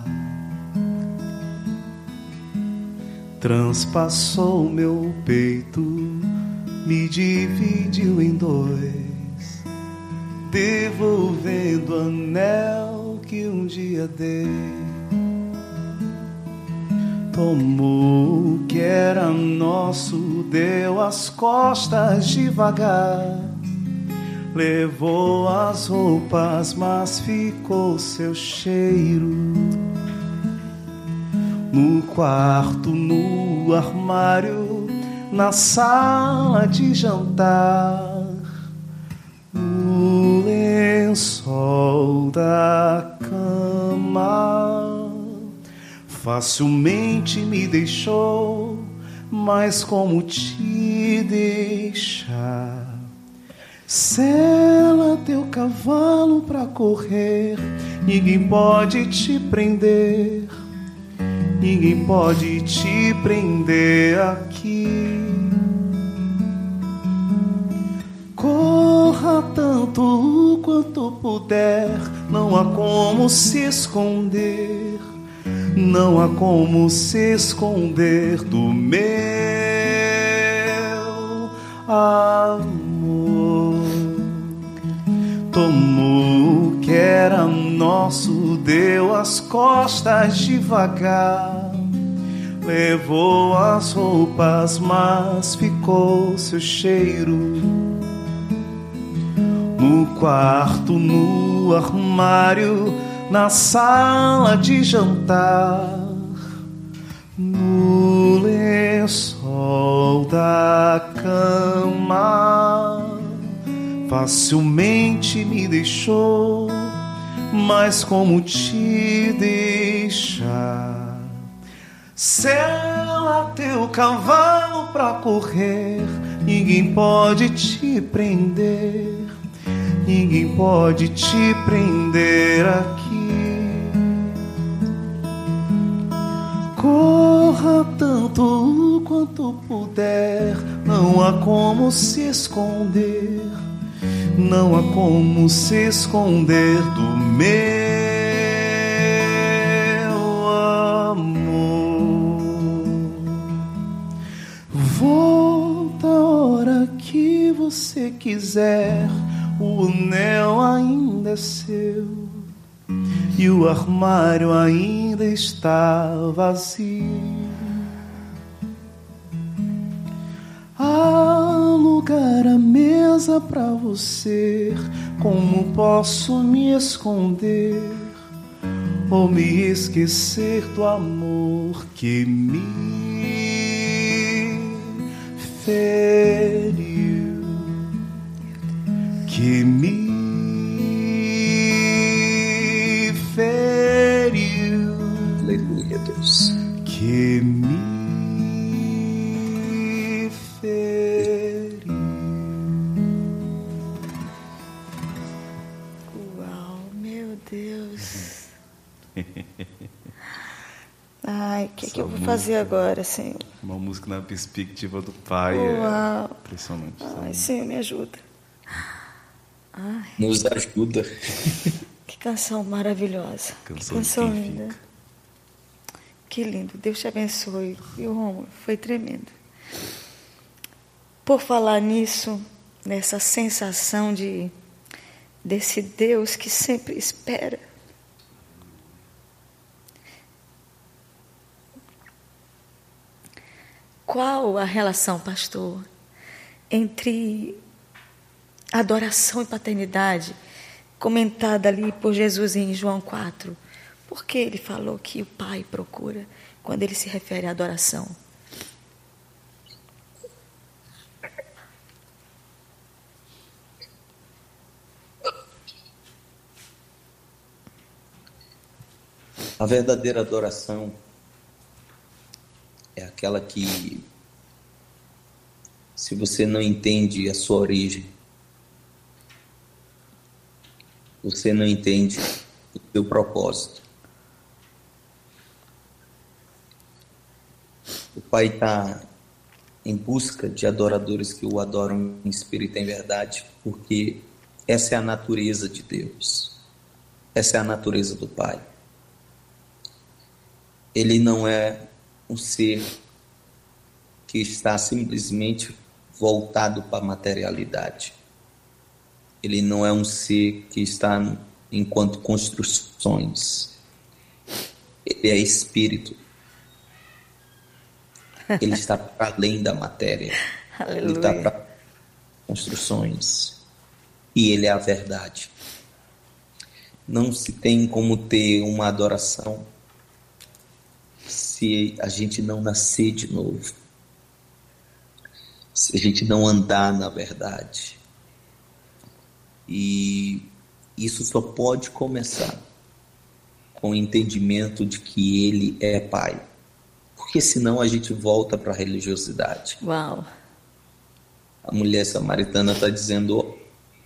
Transpassou meu peito, me dividiu em dois, devolvendo o anel que um dia dei. Tomou o que era nosso, deu as costas devagar. Levou as roupas, mas ficou seu cheiro. No quarto, no armário, na sala de jantar, no lençol da cama. Facilmente me deixou, mas como te deixar? Sela teu cavalo pra correr, ninguém pode te prender, ninguém pode te prender aqui. Corra tanto quanto puder, não há como se esconder. Não há como se esconder do meu amor. Tomou o que era nosso, deu as costas devagar. Levou as roupas, mas ficou seu cheiro. No quarto, no armário, na sala de jantar, no lençol da cama. Facilmente me deixou, mas como te deixar? Sela teu cavalo pra correr, ninguém pode te prender, ninguém pode te prender aqui. tanto quanto puder, não há como se esconder, não há como se esconder do meu amor. Volta a hora que você quiser, o anel ainda é seu e o armário ainda está vazio. Há lugar à mesa pra você. Como posso me esconder ou me esquecer do amor que me feriu, que me feriu, Aleluia, Deus. que me feriu. Uau, meu Deus. Ai, o que eu vou fazer agora, Senhor? Uma música na perspectiva do Pai. Uau. É impressionante. Ai, Senhor, me ajuda. Ai, Nos ajuda. que canção maravilhosa. Canção Que canção de quem linda. fica. Que lindo. Deus te abençoe. E o Rômulo, foi tremendo. Por falar nisso, nessa sensação desse Deus que sempre espera. Qual a relação, pastor, entre adoração e paternidade, comentada ali por Jesus em João 4? Por que ele falou que o Pai procura quando ele se refere à adoração? A verdadeira adoração é aquela que, se você não entende a sua origem, você não entende o seu propósito. O Pai está em busca de adoradores que o adoram em espírito e em verdade, porque essa é a natureza de Deus. Essa é a natureza do Pai. Ele não é um ser que está simplesmente voltado para a materialidade. Ele não é um ser que está enquanto construções. Ele é espírito. Ele está para além da matéria. Ele está para construções. E ele é a verdade. Não se tem como ter uma adoração se a gente não nascer de novo, se a gente não andar na verdade. E isso só pode começar com o entendimento de que Ele é Pai, porque senão a gente volta para a religiosidade. Uau! A mulher samaritana está dizendo: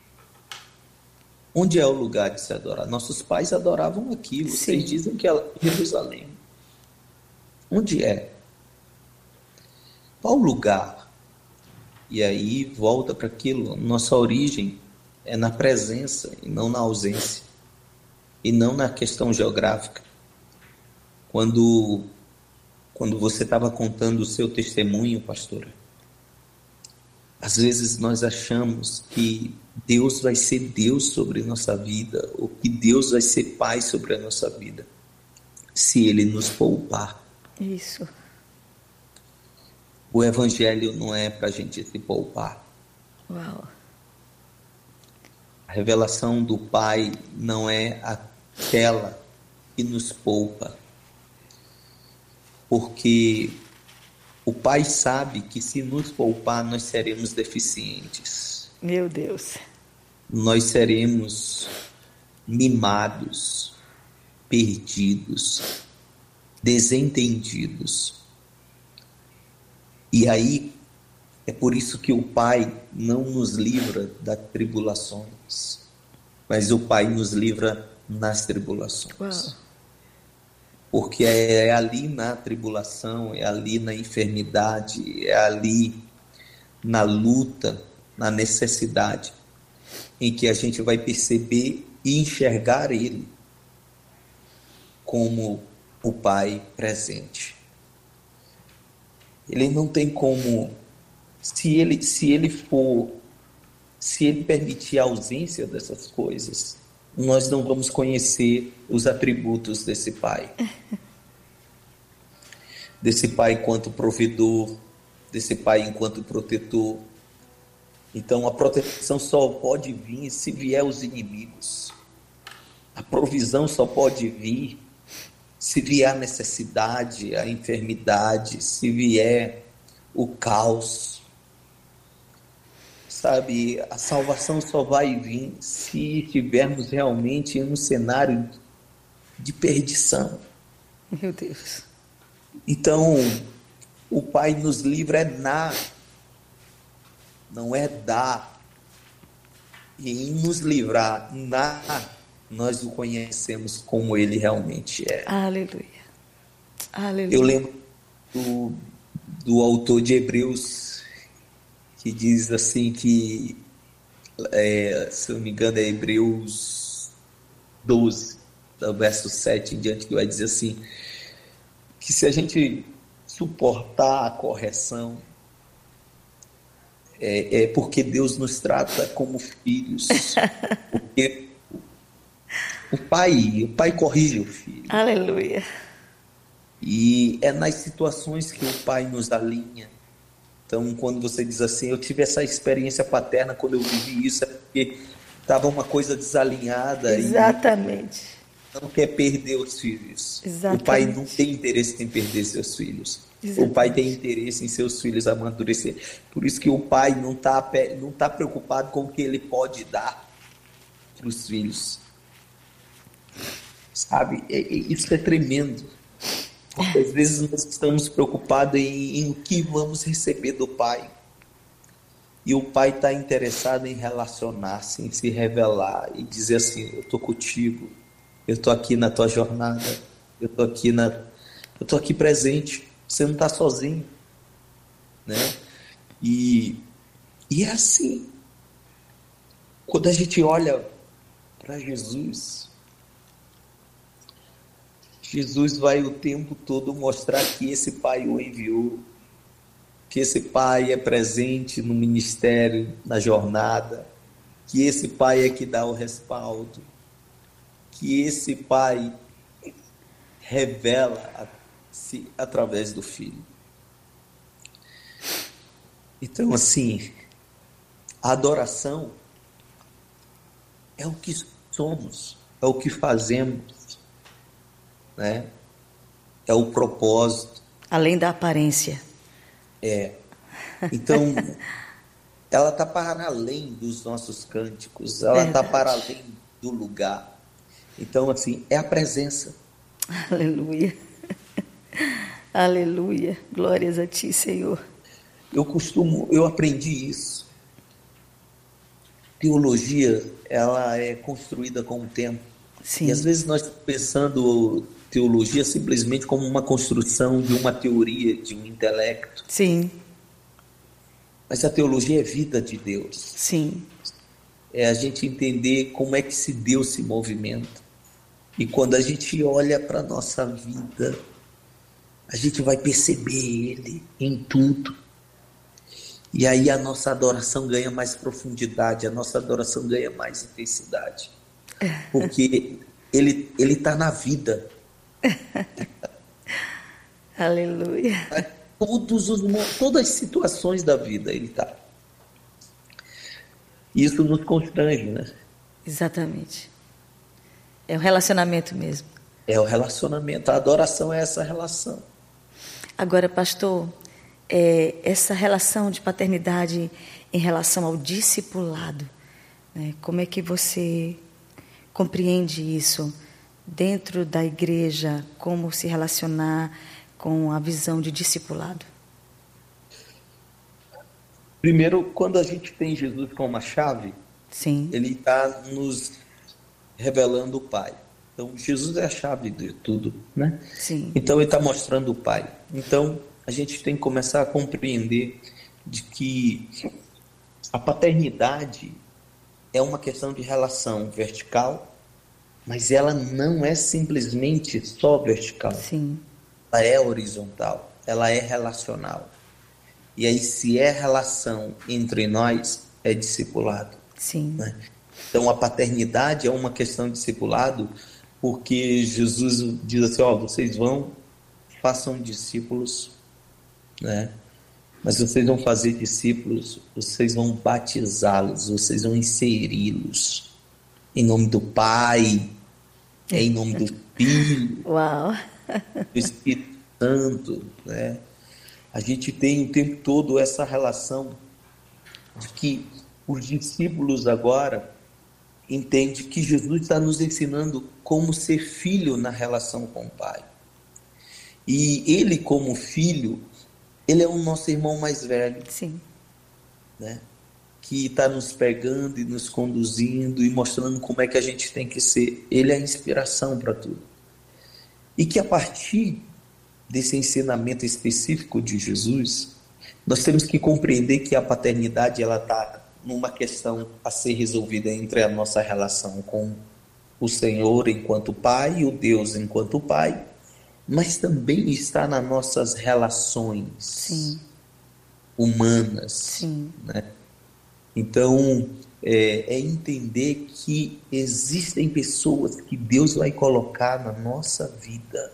onde é o lugar de se adorar? Nossos pais adoravam aqui, vocês dizem que é Jerusalém. Onde é? Qual lugar? E aí volta para aquilo. Nossa origem é na presença e não na ausência. E não na questão geográfica. Quando você estava contando o seu testemunho, pastora, às vezes nós achamos que Deus vai ser Deus sobre nossa vida, ou que Deus vai ser Pai sobre a nossa vida, se Ele nos poupar. Isso. O Evangelho não é para a gente se poupar. Uau. A revelação do Pai não é aquela que nos poupa. Porque o Pai sabe que se nos poupar, nós seremos deficientes. Meu Deus. Nós seremos mimados, perdidos, desentendidos. E aí, é por isso que o Pai não nos livra das tribulações, mas o Pai nos livra nas tribulações. Uau. porque é ali na tribulação, é ali na enfermidade, é ali na luta, na necessidade, em que a gente vai perceber e enxergar Ele como o Pai presente. Ele não tem como, se ele permitir a ausência dessas coisas, nós não vamos conhecer os atributos desse Pai. Desse Pai enquanto provedor, desse Pai enquanto protetor. Então a proteção só pode vir se vier os inimigos. A provisão só pode vir se vier a necessidade, a enfermidade, se vier o caos. Sabe, a salvação só vai vir se estivermos realmente em um cenário de perdição. Meu Deus. Então, o Pai nos livra não é dar. E em nos livrar, nós o conhecemos como Ele realmente é. Aleluia. Aleluia. Eu lembro do autor de Hebreus, que diz assim que, se não me engano, é Hebreus 12, do verso 7 em diante, que vai dizer assim, que se a gente suportar a correção, é porque Deus nos trata como filhos. Porque o pai corrige o filho. Aleluia. E é nas situações que o Pai nos alinha. Então, quando você diz assim, eu tive essa experiência paterna, quando eu vivi isso, é porque estava uma coisa desalinhada. Exatamente. E não quer perder os filhos. Exatamente. O pai não tem interesse em perder seus filhos. Exatamente. O pai tem interesse em seus filhos amadurecer. Por isso que o pai não tá preocupado com o que ele pode dar para os filhos. Sabe? Isso é tremendo. Porque às vezes nós estamos preocupados em o que vamos receber do pai. E o pai está interessado em relacionar-se, em se revelar e dizer assim, eu estou contigo, eu estou aqui na tua jornada, eu estou aqui presente, você não está sozinho, né? E é assim, quando a gente olha para Jesus vai o tempo todo mostrar que esse Pai o enviou, que esse Pai é presente no ministério, na jornada, que esse Pai é que dá o respaldo, que esse Pai revela-se através do Filho. Então, assim, a adoração é o que somos, é o que fazemos, né? É o propósito. Além da aparência. Então, ela está para além dos nossos cânticos, ela está para além do lugar. Então, assim, é a presença. Aleluia. Aleluia. Glórias a ti, Senhor. Eu aprendi isso. Teologia, ela é construída com o tempo. Sim. E às vezes nós estamos pensando teologia simplesmente como uma construção de uma teoria, de um intelecto. Sim. Mas a teologia é vida de Deus. Sim. É a gente entender como é que esse Deus se movimenta. E quando a gente olha para a nossa vida, a gente vai perceber Ele em tudo. E aí a nossa adoração ganha mais profundidade, a nossa adoração ganha mais intensidade. Porque Ele está na vida. Aleluia. Todas as situações da vida Ele está. Isso nos constrange, né? Exatamente. É o relacionamento mesmo. É o relacionamento. A adoração é essa relação. Agora, pastor, essa relação de paternidade em relação ao discipulado, né? Como é que você compreende isso dentro da igreja? Como se relacionar com a visão de discipulado? Primeiro, quando a gente tem Jesus como uma chave, Sim. Ele está nos revelando o Pai. Então, Jesus é a chave de tudo, né? Sim. Então, ele está mostrando o Pai. Então, a gente tem que começar a compreender de que a paternidade é uma questão de relação vertical, mas ela não é simplesmente só vertical. Sim. Ela é horizontal, ela é relacional. E aí, se é relação entre nós, é discipulado. Sim. Né? Então, a paternidade é uma questão de discipulado, porque Jesus diz assim, vocês vão, façam discípulos, né? Mas vocês vão fazer discípulos, vocês vão batizá-los, vocês vão inseri-los em nome do Pai, em nome do Filho, Uau. do Espírito Santo, né? A gente tem o tempo todo essa relação de que os discípulos agora entendem que Jesus está nos ensinando como ser filho na relação com o Pai. E ele, como filho, ele é o nosso irmão mais velho. Sim. Né? Que está nos pegando e nos conduzindo e mostrando como é que a gente tem que ser. Ele é a inspiração para tudo. E que a partir desse ensinamento específico de Jesus, nós temos que compreender que a paternidade ela está numa questão a ser resolvida entre a nossa relação com o Senhor enquanto Pai e o Deus enquanto Pai, mas também está nas nossas relações Sim. humanas. Sim. Né? Então, é entender que existem pessoas que Deus vai colocar na nossa vida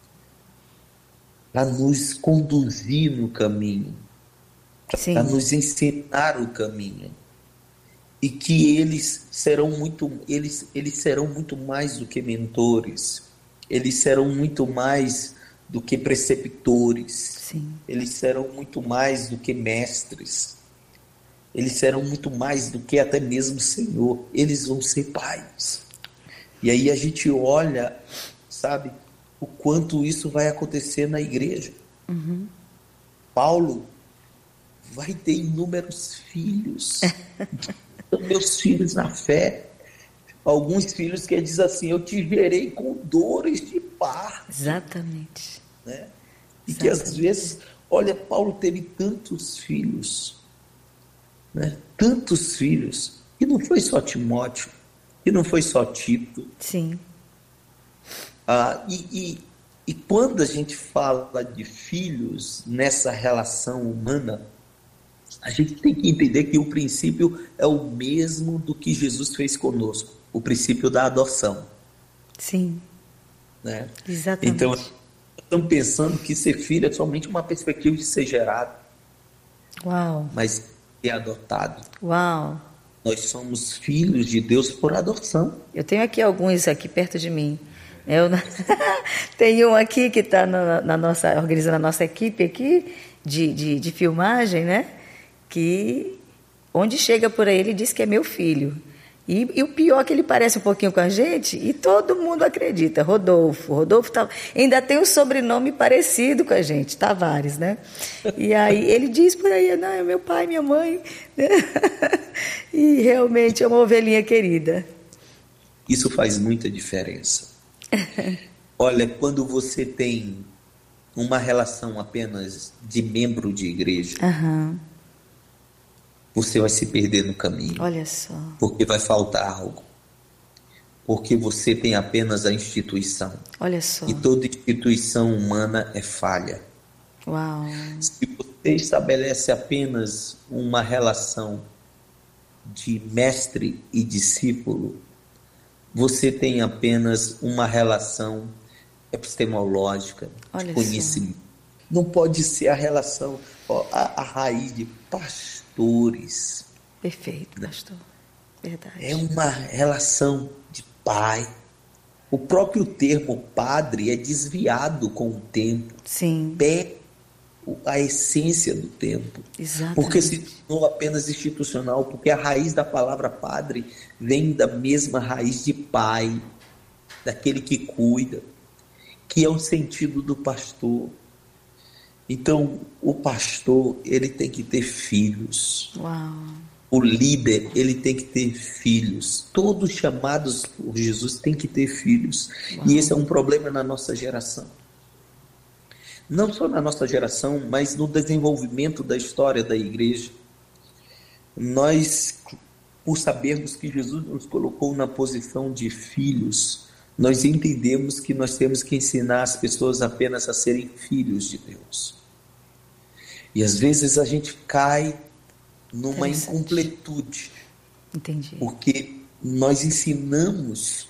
para nos conduzir no caminho, para nos ensinar o caminho, e que eles serão muito mais do que mentores, eles serão muito mais do que preceptores, Sim. eles serão muito mais do que mestres, eles serão muito mais do que até mesmo Senhor, eles vão ser pais. E aí a gente olha, sabe, o quanto isso vai acontecer na igreja. Uhum. Paulo vai ter inúmeros filhos. São meus filhos na fé. Alguns filhos que diz assim, eu te gerei com dores de parto. Exatamente. Né? E que às vezes, olha, Paulo teve tantos filhos, né? Tantos filhos, e não foi só Timóteo, e não foi só Tito. Sim. E quando a gente fala de filhos nessa relação humana, a gente tem que entender que o princípio é o mesmo do que Jesus fez conosco, o princípio da adoção. Sim. Né? Exatamente. Então, estamos pensando que ser filho é somente uma perspectiva de ser gerado. Uau. Mas ser adotado. Uau. Nós somos filhos de Deus por adoção. Eu tenho aqui alguns aqui perto de mim. Tem um aqui que está organizando a nossa equipe aqui de filmagem, né? Que onde chega por aí ele diz que é meu filho. E o pior é que ele parece um pouquinho com a gente e todo mundo acredita. Rodolfo ainda tem um sobrenome parecido com a gente, Tavares, né? E aí ele diz por aí, não, é meu pai, minha mãe. Né? E realmente é uma ovelhinha querida. Isso faz muita diferença. Olha, quando você tem uma relação apenas de membro de igreja, você vai se perder no caminho. Olha só. Porque vai faltar algo. Porque você tem apenas a instituição. Olha só. E toda instituição humana é falha. Uau. Se você estabelece apenas uma relação de mestre e discípulo, você tem apenas uma relação epistemológica, de conhecimento. Não pode ser a relação, a raiz de pastores. Perfeito, pastor. Verdade. É uma relação de pai. O próprio termo padre é desviado com o tempo. Sim. Perde a essência do tempo. Exatamente. Porque se tornou apenas institucional, porque a raiz da palavra padre vem da mesma raiz de pai, daquele que cuida, que é o sentido do pastor. Então, o pastor, ele tem que ter filhos. Uau. O líder, ele tem que ter filhos. Todos chamados por Jesus têm que ter filhos. Uau. E esse é um problema na nossa geração. Não só na nossa geração, mas no desenvolvimento da história da igreja. Nós, por sabermos que Jesus nos colocou na posição de filhos, nós entendemos que nós temos que ensinar as pessoas apenas a serem filhos de Deus. E às vezes a gente cai numa incompletude. Entendi. Porque nós ensinamos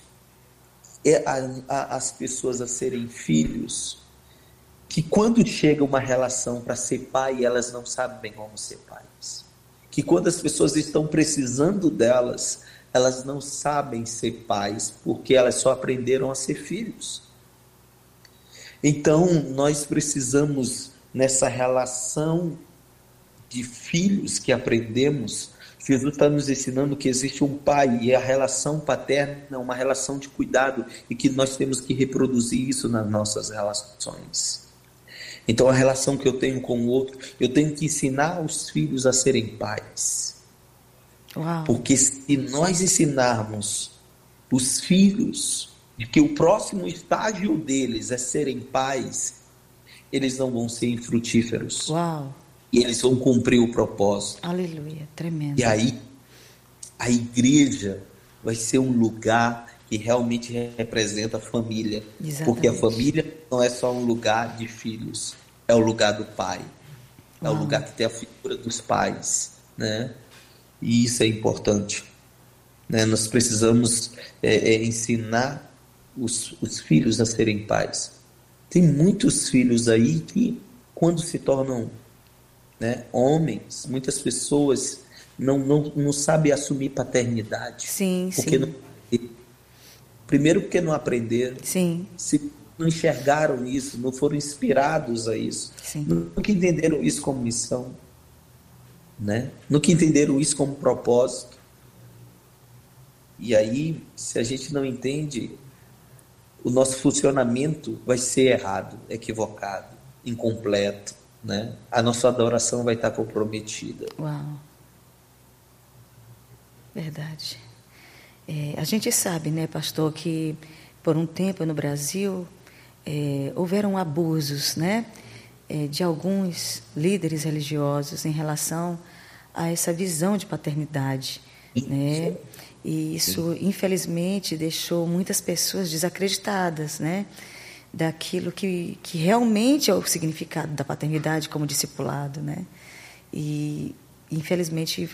as pessoas a serem filhos, que quando chega uma relação para ser pai, elas não sabem como ser pais. Que quando as pessoas estão precisando delas, elas não sabem ser pais, porque elas só aprenderam a ser filhos. Então, nós precisamos, nessa relação de filhos que aprendemos, Jesus está nos ensinando que existe um pai, e a relação paterna é uma relação de cuidado, e que nós temos que reproduzir isso nas nossas relações. Então, a relação que eu tenho com o outro, eu tenho que ensinar os filhos a serem pais. Uau. Porque se nós ensinarmos os filhos de que o próximo estágio deles é serem pais, eles não vão ser infrutíferos. Uau. E eles vão cumprir o propósito. Aleluia, tremendo. E aí, a igreja vai ser um lugar que realmente representa a família. Exatamente. Porque a família não é só um lugar de filhos, é o lugar do pai. É o lugar que tem a figura dos pais, né? E isso é importante, né? Nós precisamos ensinar os filhos a serem pais. Tem muitos filhos aí que, quando se tornam, né, homens, muitas pessoas não sabem assumir paternidade. Sim, porque sim. Primeiro porque não aprenderam. Sim. Se não enxergaram isso, não foram inspirados a isso. Sim. Nunca entenderam isso como missão, né? Nunca entenderam isso como propósito. E aí, se a gente não entende, o nosso funcionamento vai ser errado, equivocado, incompleto, né? A nossa adoração vai estar comprometida. Uau. Verdade. A gente sabe, né, pastor, que por um tempo no Brasil houveram abusos, né, de alguns líderes religiosos em relação a essa visão de paternidade, né? E isso, infelizmente, deixou muitas pessoas desacreditadas, né, daquilo que realmente é o significado da paternidade como discipulado, né? E, infelizmente,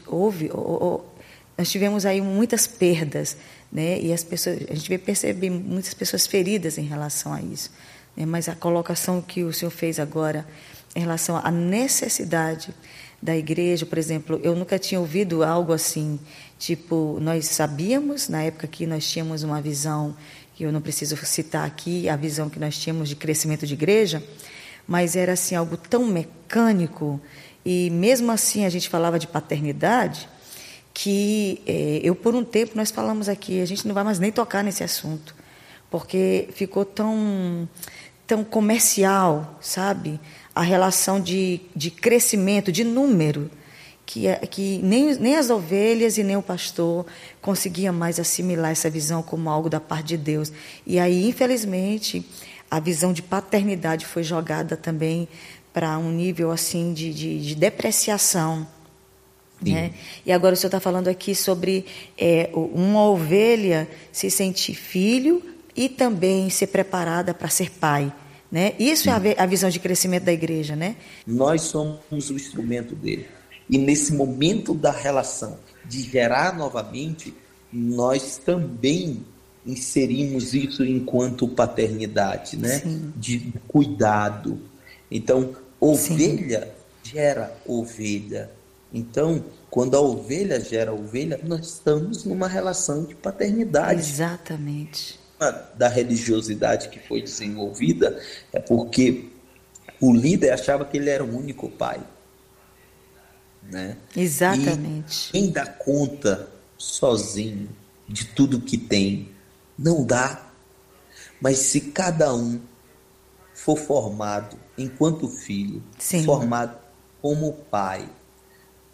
nós tivemos aí muitas perdas, né? E as pessoas, a gente percebe muitas pessoas feridas em relação a isso, né? Mas a colocação que o senhor fez agora em relação à necessidade da igreja, por exemplo, eu nunca tinha ouvido algo assim, tipo, nós sabíamos na época que nós tínhamos uma visão, que eu não preciso citar aqui, a visão que nós tínhamos de crescimento de igreja, mas era assim algo tão mecânico, e mesmo assim a gente falava de paternidade, que eu, por um tempo, nós falamos aqui, a gente não vai mais nem tocar nesse assunto, porque ficou tão comercial, sabe? A relação de crescimento, de número, que nem as ovelhas e nem o pastor conseguia mais assimilar essa visão como algo da parte de Deus. E aí, infelizmente, a visão de paternidade foi jogada também para um nível assim de depreciação. Né? E agora o senhor está falando aqui sobre uma ovelha se sentir filho e também ser preparada para ser pai, né? Isso é a visão de crescimento da igreja, né? Nós somos o instrumento dele. E nesse momento da relação de gerar novamente, nós também inserimos isso enquanto paternidade, né? Sim. De cuidado. Então, ovelha gera ovelha. Então, quando a ovelha gera ovelha, nós estamos numa relação de paternidade. Exatamente. Da religiosidade que foi desenvolvida é porque o líder achava que ele era o único pai, né? Exatamente. E quem dá conta sozinho de tudo que tem, não dá. Mas se cada um for formado enquanto filho, Sim. formado como pai,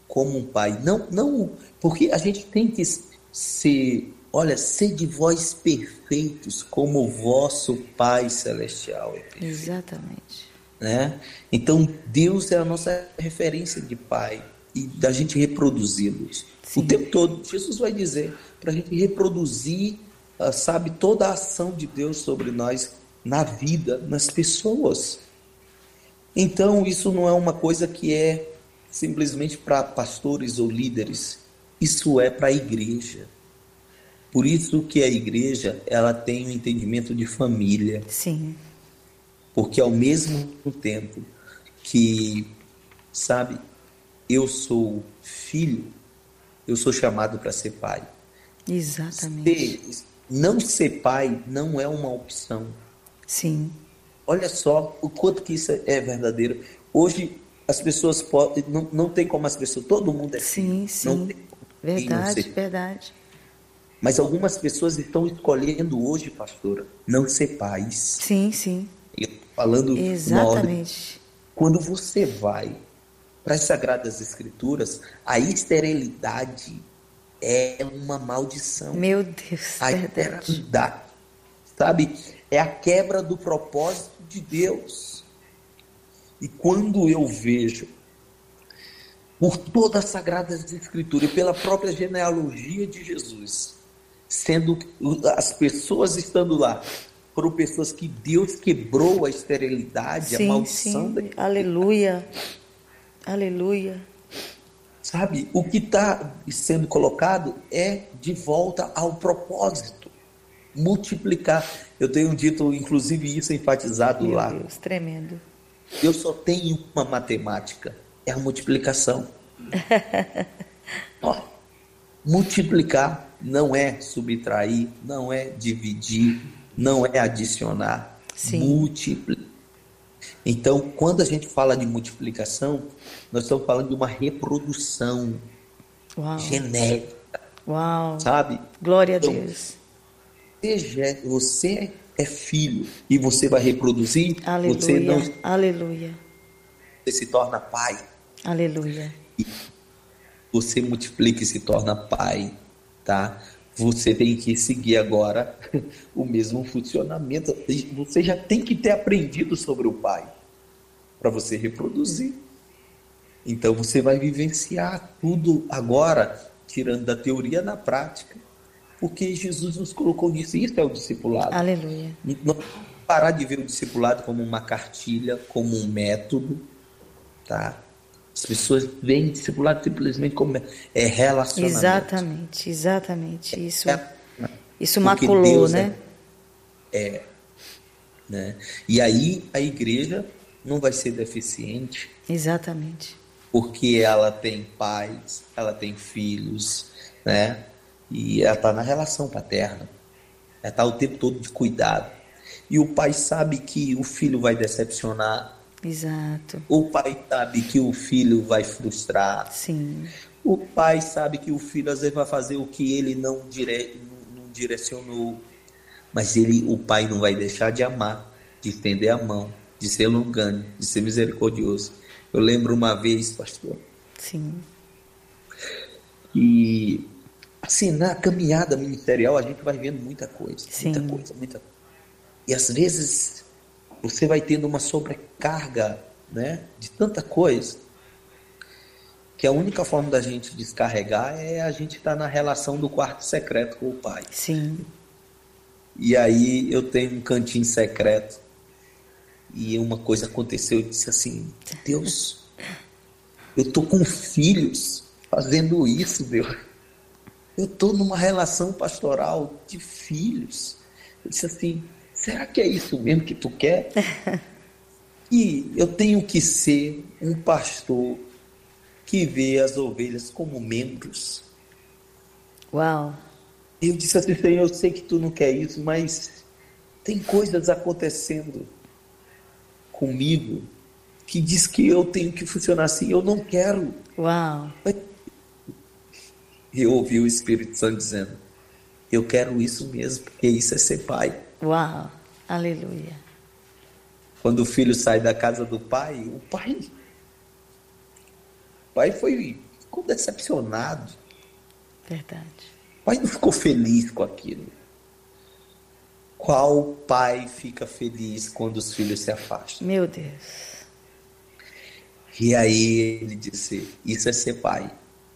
como um pai. Não, não, porque a gente tem que ser, olha, sede vós perfeitos, como o vosso Pai Celestial é perfeito. Exatamente. Né? Então, Deus é a nossa referência de pai e da gente reproduzi-los. O tempo todo, Jesus vai dizer para a gente reproduzir, sabe, toda a ação de Deus sobre nós na vida, nas pessoas. Então, isso não é uma coisa que é simplesmente para pastores ou líderes, isso é para a igreja. Por isso que a igreja, ela tem um entendimento de família. Sim. Porque ao mesmo tempo que, sabe, eu sou filho, eu sou chamado para ser pai. Exatamente. Não ser pai não é uma opção. Sim. Olha só o quanto que isso é verdadeiro. Hoje as pessoas podem, não tem como as pessoas, todo mundo é filho. Sim, sim. Não tem Verdade, verdade. Mas algumas pessoas estão escolhendo hoje, pastora, não ser pais. Sim, sim. Eu estou falando exatamente. Quando você vai para as Sagradas Escrituras, a esterilidade é uma maldição. Meu Deus, a esterilidade, sabe? É a quebra do propósito de Deus. E quando eu vejo, por todas as Sagradas Escrituras e pela própria genealogia de Jesus, sendo as pessoas estando lá, foram pessoas que Deus quebrou a esterilidade, sim, a maldição. Sim. Aleluia, aleluia. Sabe, o que está sendo colocado é de volta ao propósito, multiplicar. Eu tenho dito, inclusive, isso enfatizado Meu lá. Meu Deus, tremendo. Eu só tenho uma matemática, é a multiplicação. Ó, multiplicar não é subtrair, não é dividir, não é adicionar. Sim. Multiplicar. Então, quando a gente fala de multiplicação, nós estamos falando de uma reprodução genética. Uau. Sabe? Glória a Deus. Você é filho e você vai reproduzir. Aleluia. Você não. Aleluia. Você se torna pai. Aleluia. E você multiplica e se torna pai, tá? Você tem que seguir agora o mesmo funcionamento. Você já tem que ter aprendido sobre o pai para você reproduzir. Então você vai vivenciar tudo agora, tirando da teoria na prática, porque Jesus nos colocou nisso. Isso é o discipulado. Aleluia. Não parar de ver o discipulado como uma cartilha, como um método, tá? As pessoas veem discipulado simplesmente como relacionamento. Exatamente, exatamente. Isso maculou, Deus, né? Né? E aí a igreja não vai ser deficiente. Exatamente. Porque ela tem pais, ela tem filhos, né? E ela está na relação paterna. Ela está o tempo todo de cuidado. E o pai sabe que o filho vai decepcionar. Exato. O pai sabe que o filho vai frustrar. Sim. O pai sabe que o filho às vezes vai fazer o que ele não direcionou. Mas o pai não vai deixar de amar, de estender a mão, de ser longânimo, de ser misericordioso. Eu lembro uma vez, pastor. Sim. E assim, na caminhada ministerial a gente vai vendo muita coisa. Sim. Muita coisa, muita coisa. E às vezes você vai tendo uma sobrecarga, né, de tanta coisa, que a única forma da gente descarregar é a gente estar na relação do quarto secreto com o pai. Sim. E aí eu tenho um cantinho secreto e uma coisa aconteceu, eu disse assim: Deus, eu tô com filhos fazendo isso, Deus. Eu tô numa relação pastoral de filhos. Eu disse assim: será que é isso mesmo que tu quer? E eu tenho que ser um pastor que vê as ovelhas como membros. Uau! Eu disse assim: Senhor, eu sei que tu não quer isso, mas tem coisas acontecendo comigo que diz que eu tenho que funcionar assim, eu não quero. Uau! Eu ouvi o Espírito Santo dizendo: eu quero isso mesmo, porque isso é ser pai. Uau! Aleluia! Quando o filho sai da casa do pai, o pai foi ficou decepcionado. Verdade. O pai não ficou feliz com aquilo. Qual pai fica feliz quando os filhos se afastam? Meu Deus. E aí ele disse, isso é ser pai.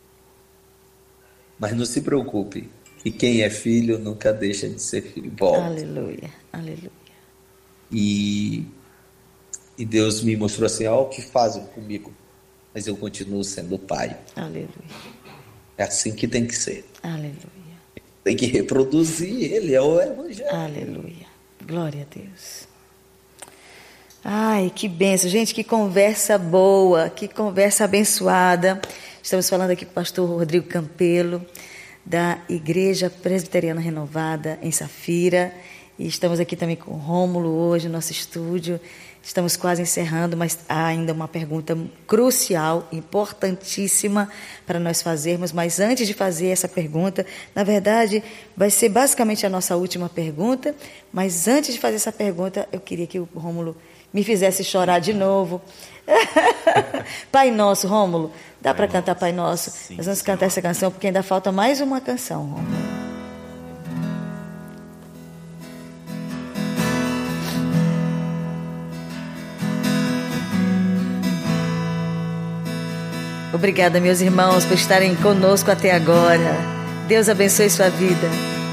Mas não se preocupe, que quem é filho nunca deixa de ser filho. Volta. Aleluia, aleluia. E Deus me mostrou assim, ó, o que fazem comigo, mas eu continuo sendo pai. Aleluia. É assim que tem que ser. Aleluia. Tem que reproduzir ele, é o evangelho. Aleluia. Glória a Deus. Ai, que bênção. Gente, que conversa boa, que conversa abençoada. Estamos falando aqui com o pastor Rodrigo Campelo, da Igreja Presbiteriana Renovada, em Safira. E estamos aqui também com o Rômulo hoje no nosso estúdio. Estamos quase encerrando, mas há ainda uma pergunta crucial, importantíssima para nós fazermos. Mas antes de fazer essa pergunta, na verdade, vai ser basicamente a nossa última pergunta. Mas antes de fazer essa pergunta, eu queria que o Rômulo me fizesse chorar de novo. Pai Nosso, Rômulo, dá para cantar Pai Nosso? Sim, nós vamos cantar essa canção, porque ainda falta mais uma canção, Rômulo. Obrigada, meus irmãos, por estarem conosco até agora. Deus abençoe sua vida.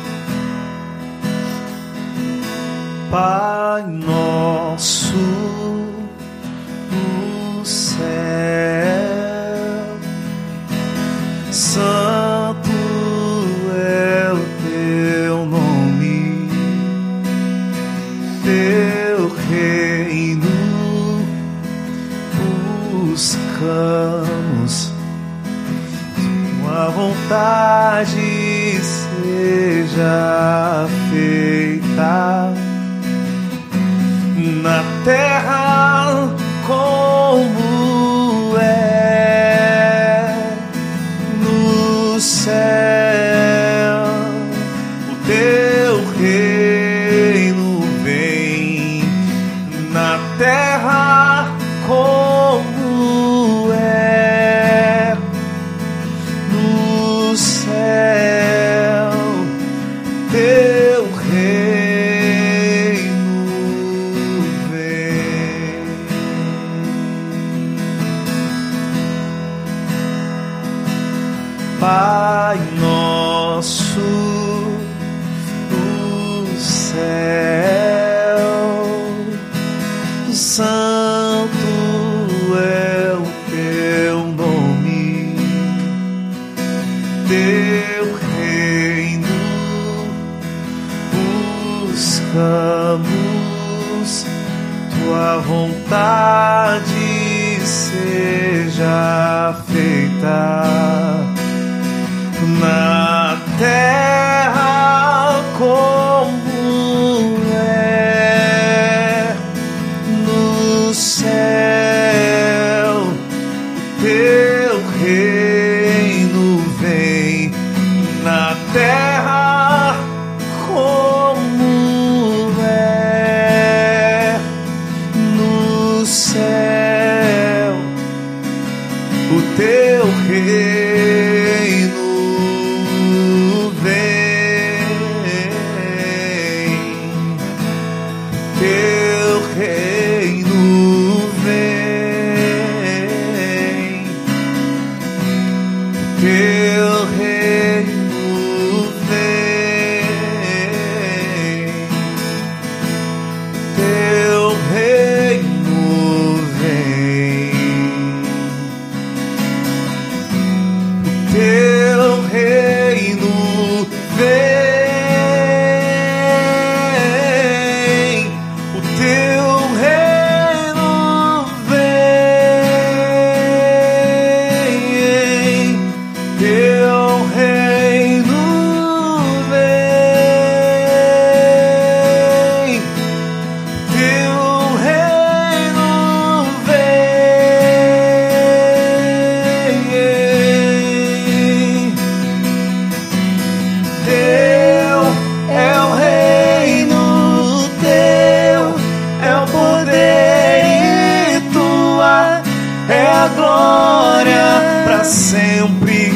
Pai nosso do céu, santo é o teu nome, teu reino buscamos, tua vontade seja feita na terra como é no céu. O teu reino vem na terra como é no céu. Teu Pai nosso do céu, santo é o teu nome, teu reino buscamos, tua vontade seja feita na terra como é no céu. Teu reino vem na terra como é no céu. O teu reino glória pra para sempre.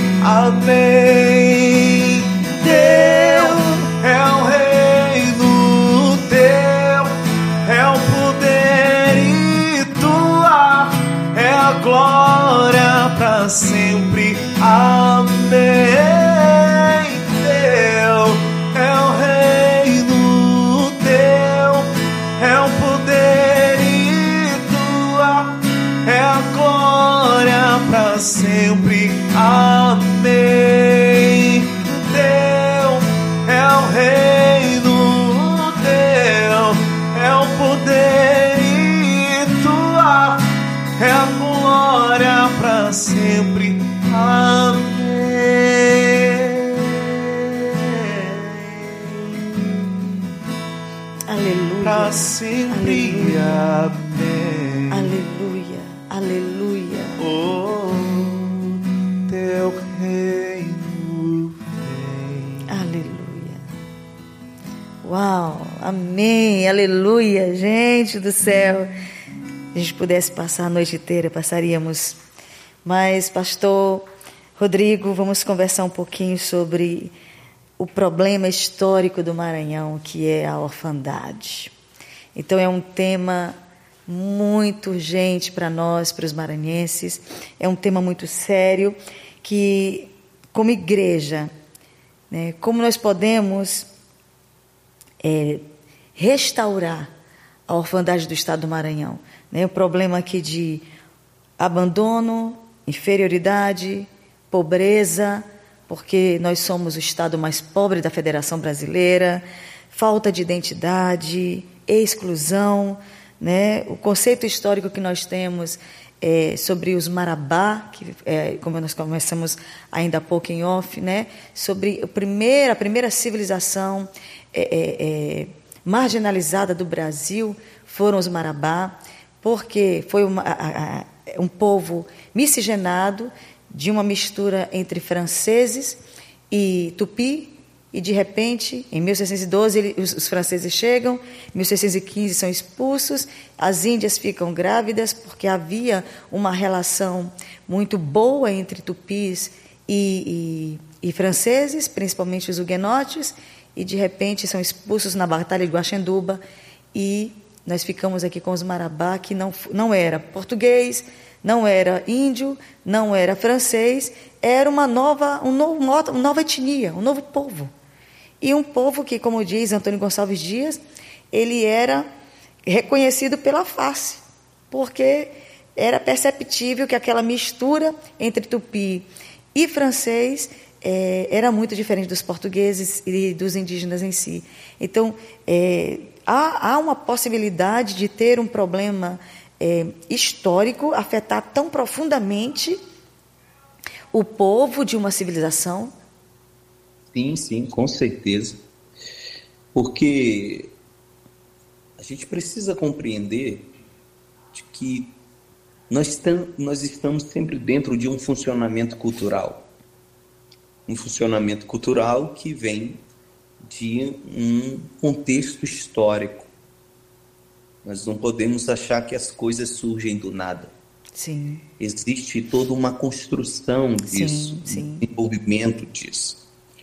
Amém. Teu é o reino, teu é o poder e tua é a glória para sempre. Amém. Teu é o reino, teu é o poder e tua é a glória para sempre. Amém. Teu é o reino, teu é o poder e tua é a glória para sempre. Amém. Aleluia. Para sempre. Amém. Aleluia. Aleluia. Oh, teu reino vem. Aleluia. Uau, amém, aleluia, gente do céu. Se a gente pudesse passar a noite inteira, passaríamos. Mas, pastor Rodrigo, vamos conversar um pouquinho sobre o problema histórico do Maranhão, que é a orfandade. Então, é um tema muito urgente para nós, para os maranhenses. É um tema muito sério que, como igreja, né, como nós podemos restaurar a orfandade do estado do Maranhão, né? O problema aqui de abandono, inferioridade, pobreza, porque nós somos o estado mais pobre da Federação Brasileira, falta de identidade, exclusão, né? O conceito histórico que nós temos sobre os Marabá, que como nós começamos ainda há pouco em off, né? Sobre a primeira civilização marginalizada do Brasil foram os Marabá, porque foi um povo miscigenado de uma mistura entre franceses e tupi, e de repente, em 1612, os franceses chegam, em 1615 são expulsos, as índias ficam grávidas, porque havia uma relação muito boa entre tupis e franceses, principalmente os huguenotes, e de repente são expulsos na Batalha de Guaxenduba, e nós ficamos aqui com os Marabá, que não era português, não era índio, não era francês, era uma nova etnia, um novo povo. E um povo que, como diz Antônio Gonçalves Dias, ele era reconhecido pela face, porque era perceptível que aquela mistura entre tupi e francês era muito diferente dos portugueses e dos indígenas em si. Então, há uma possibilidade de ter um problema histórico afetar tão profundamente o povo de uma civilização? Sim, com certeza. Porque a gente precisa compreender de que nós estamos sempre dentro de um funcionamento cultural. Um funcionamento cultural que vem de um contexto histórico. Nós não podemos achar que as coisas surgem do nada. Sim. Existe toda uma construção disso, sim. Um desenvolvimento disso.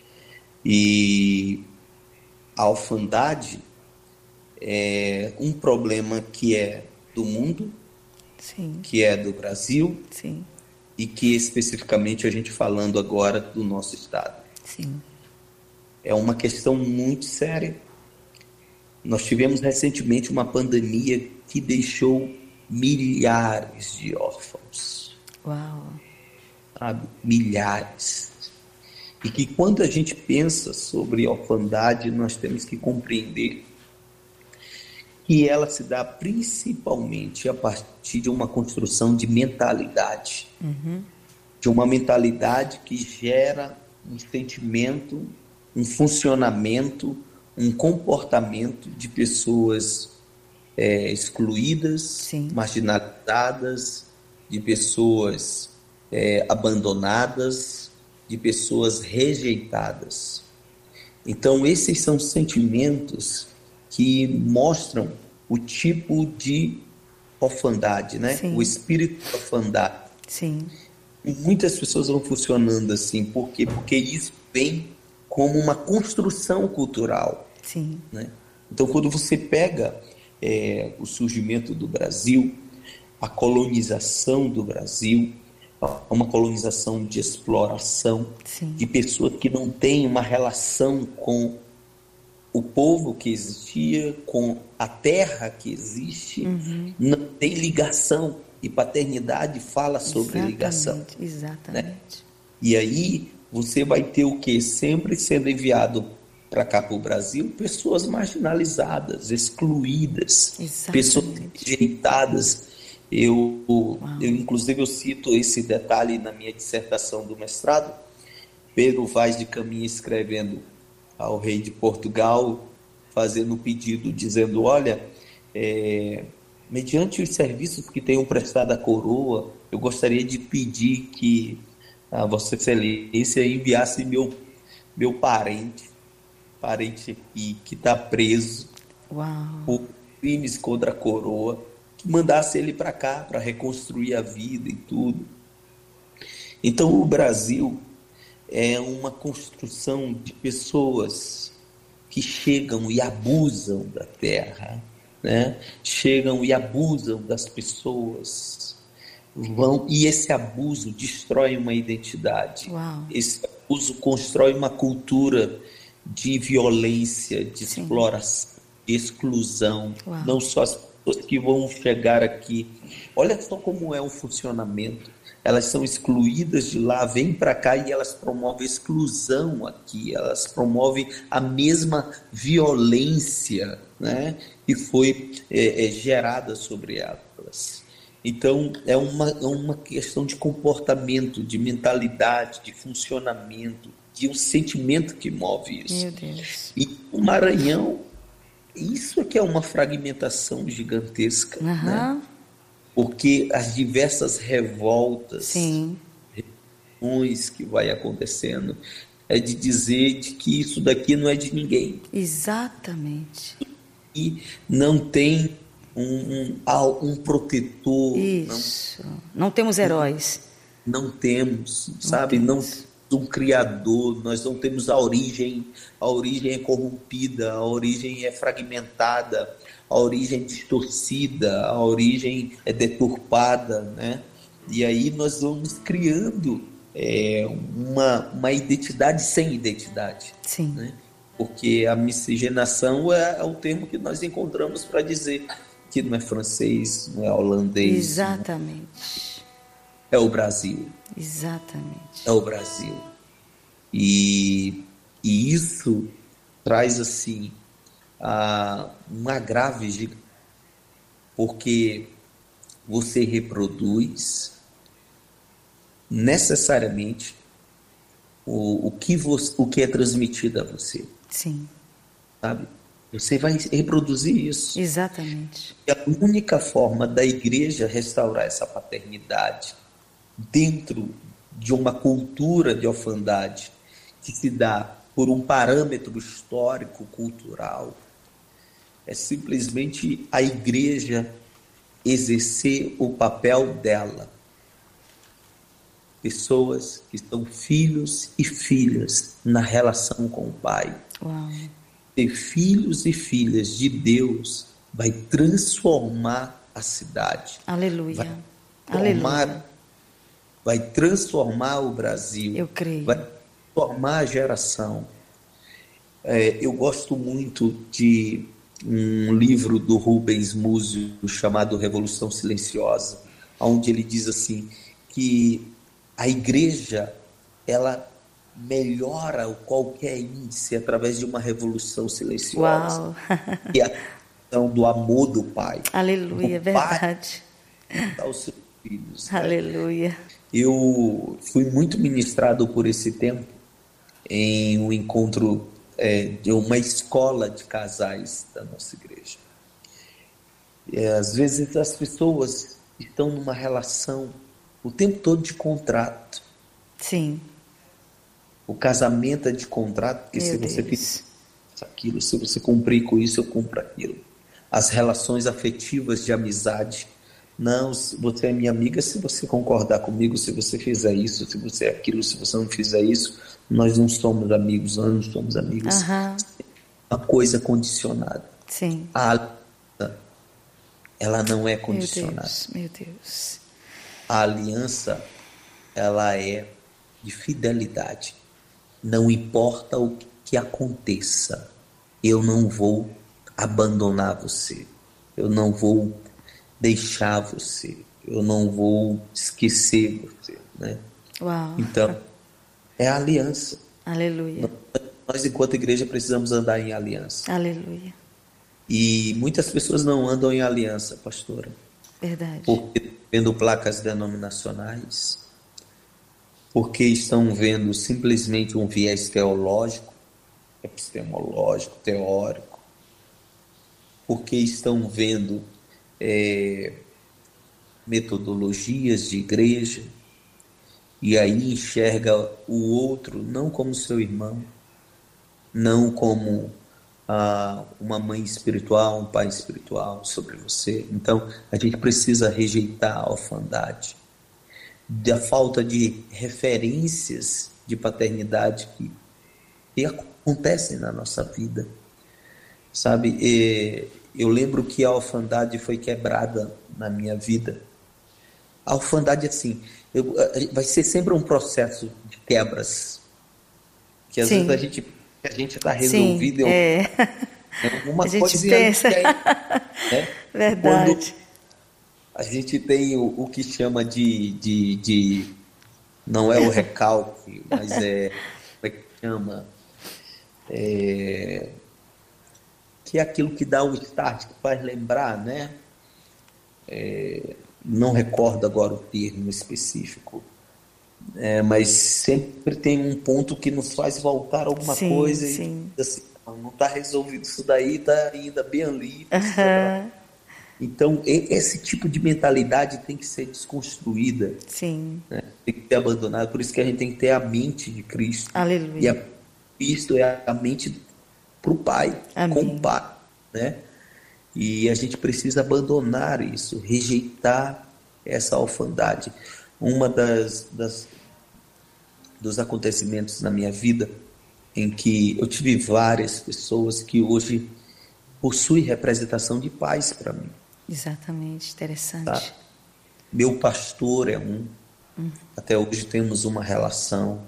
E a orfandade é um problema que é do mundo, sim, que é do Brasil, sim, e que especificamente a gente falando agora do nosso estado. Sim. É uma questão muito séria. Nós tivemos recentemente uma pandemia que deixou milhares de órfãos. Uau! Sabe? Milhares. E que quando a gente pensa sobre orfandade, nós temos que compreender que ela se dá principalmente a partir de uma construção de mentalidade. Uhum. De uma mentalidade que gera um sentimento, um funcionamento, um comportamento de pessoas excluídas, sim, marginalizadas, de pessoas abandonadas, de pessoas rejeitadas. Então, esses são sentimentos que mostram o tipo de orfandade, né? Sim. O espírito de orfandade. Sim. Muitas pessoas vão funcionando assim. Por quê? Porque isso vem como uma construção cultural, Sim. né? Então, quando você pega o surgimento do Brasil, a colonização do Brasil, uma colonização de exploração, Sim. de pessoas que não têm uma relação com o povo que existia, com a terra que existe, não tem ligação. E paternidade fala sobre ligação. Exatamente. Né? E aí você vai ter o quê? Sempre sendo enviado para cá, para o Brasil, pessoas marginalizadas, excluídas, pessoas rejeitadas. Inclusive, eu cito esse detalhe na minha dissertação do mestrado. Pedro Vaz de Caminha escrevendo ao rei de Portugal, fazendo um pedido, dizendo: olha, mediante os serviços que tenham prestado à coroa, eu gostaria de pedir que a Vossa Excelência enviasse meu parente aqui, que está preso por crimes contra a coroa, que mandasse ele para cá, para reconstruir a vida e tudo. Então, o Brasil é uma construção de pessoas que chegam e abusam da terra, né? Chegam e abusam das pessoas, e esse abuso destrói uma identidade. Esse abuso constrói uma cultura de violência, de exploração, de exclusão. Não só as pessoas que vão chegar aqui. Olha só como é o funcionamento. Elas são excluídas de lá, vêm para cá e elas promovem exclusão aqui, elas promovem a mesma violência, né, que foi gerada sobre elas. Então, é uma questão de comportamento, de mentalidade, de funcionamento, de um sentimento que move isso. Meu Deus. E o Maranhão, isso aqui é uma fragmentação gigantesca, né? Porque as diversas revoltas, revoluções que vai acontecendo, é de dizer de que isso daqui não é de ninguém. Exatamente. E não tem um protetor. Isso. Não temos heróis. Não temos, sabe? Não temos um criador, nós não temos a origem é corrompida, a origem é fragmentada, a origem é distorcida, a origem é deturpada, né? E aí nós vamos criando uma identidade sem identidade. Sim. Né? Porque a miscigenação é o termo que nós encontramos para dizer que não é francês, não é holandês. Exatamente. É o Brasil. Exatamente. É o Brasil. E isso traz, assim, um agrave gigante, porque você reproduz necessariamente o que é transmitido a você. Sim. Sabe? Você vai reproduzir isso. Exatamente. E a única forma da igreja restaurar essa paternidade dentro de uma cultura de orfandade que se dá por um parâmetro histórico, cultural, é simplesmente a igreja exercer o papel dela. Pessoas que são filhos e filhas na relação com o Pai. Uau. Ser filhos e filhas de Deus vai transformar a cidade. Aleluia. Vai transformar o Brasil. Eu creio. Vai transformar a geração. Eu gosto muito de um livro do Rubens Múzio chamado Revolução Silenciosa, onde ele diz assim que a igreja ela melhora qualquer índice através de uma revolução silenciosa. Uau. Que é a questão do amor do Pai. Aleluia, verdade. Aos seus filhos. Aleluia. Eu fui muito ministrado por esse tempo em um encontro de uma escola de casais da nossa igreja. Às vezes as pessoas estão numa relação o tempo todo de contrato. Sim. O casamento é de contrato, porque se você fizer aquilo, se você cumprir com isso, eu cumpro aquilo. As relações afetivas de amizade Não, você é minha amiga se você concordar comigo, se você fizer isso, se você é aquilo, se você não fizer isso, nós não somos amigos, nós não somos amigas. Aham. Uma coisa condicionada. Sim. A aliança, ela não é Meu condicionada. Deus, meu Deus. A aliança, ela é de fidelidade. Não importa o que aconteça, eu não vou abandonar você. Eu não vou deixar você. Eu não vou esquecer você, né? Uau. Então, é a aliança. Aleluia. Nós, enquanto igreja, precisamos andar em aliança. Aleluia. E muitas pessoas não andam em aliança, pastora, Verdade. porque vendo placas denominacionais, porque estão vendo simplesmente um viés teológico, epistemológico, teórico, porque estão vendo metodologias de igreja, e aí enxerga o outro não como seu irmão, não como uma mãe espiritual, um pai espiritual sobre você. Então, a gente precisa rejeitar a orfandade, da falta de referências de paternidade que acontecem na nossa vida, sabe? Eu lembro que a orfandade foi quebrada na minha vida. A orfandade, assim, vai ser sempre um processo de quebras, que às vezes a gente está resolvido. Sim, é uma a gente coisa pensa. né? Verdade. Quando a gente tem o que chama de não é o recalque, mas como é que chama? Que é aquilo que dá o start, que faz lembrar, né? Não recordo agora o termo específico, mas sempre tem um ponto que nos faz voltar a alguma coisa sim. E assim, não está resolvido isso daí, está ainda bem ali. Aham. Então, esse tipo de mentalidade tem que ser desconstruída, Sim. né? Tem que ser abandonada. Por isso que a gente tem que ter a mente de Cristo. Aleluia. E Cristo é a mente para o Pai, Amém. com o Pai, né? E a gente precisa abandonar isso, rejeitar essa orfandade. Uma dos acontecimentos na minha vida em que eu tive várias pessoas que hoje possuem representação de pais para mim. Exatamente, interessante. Tá? Meu pastor é um. Até hoje temos uma relação.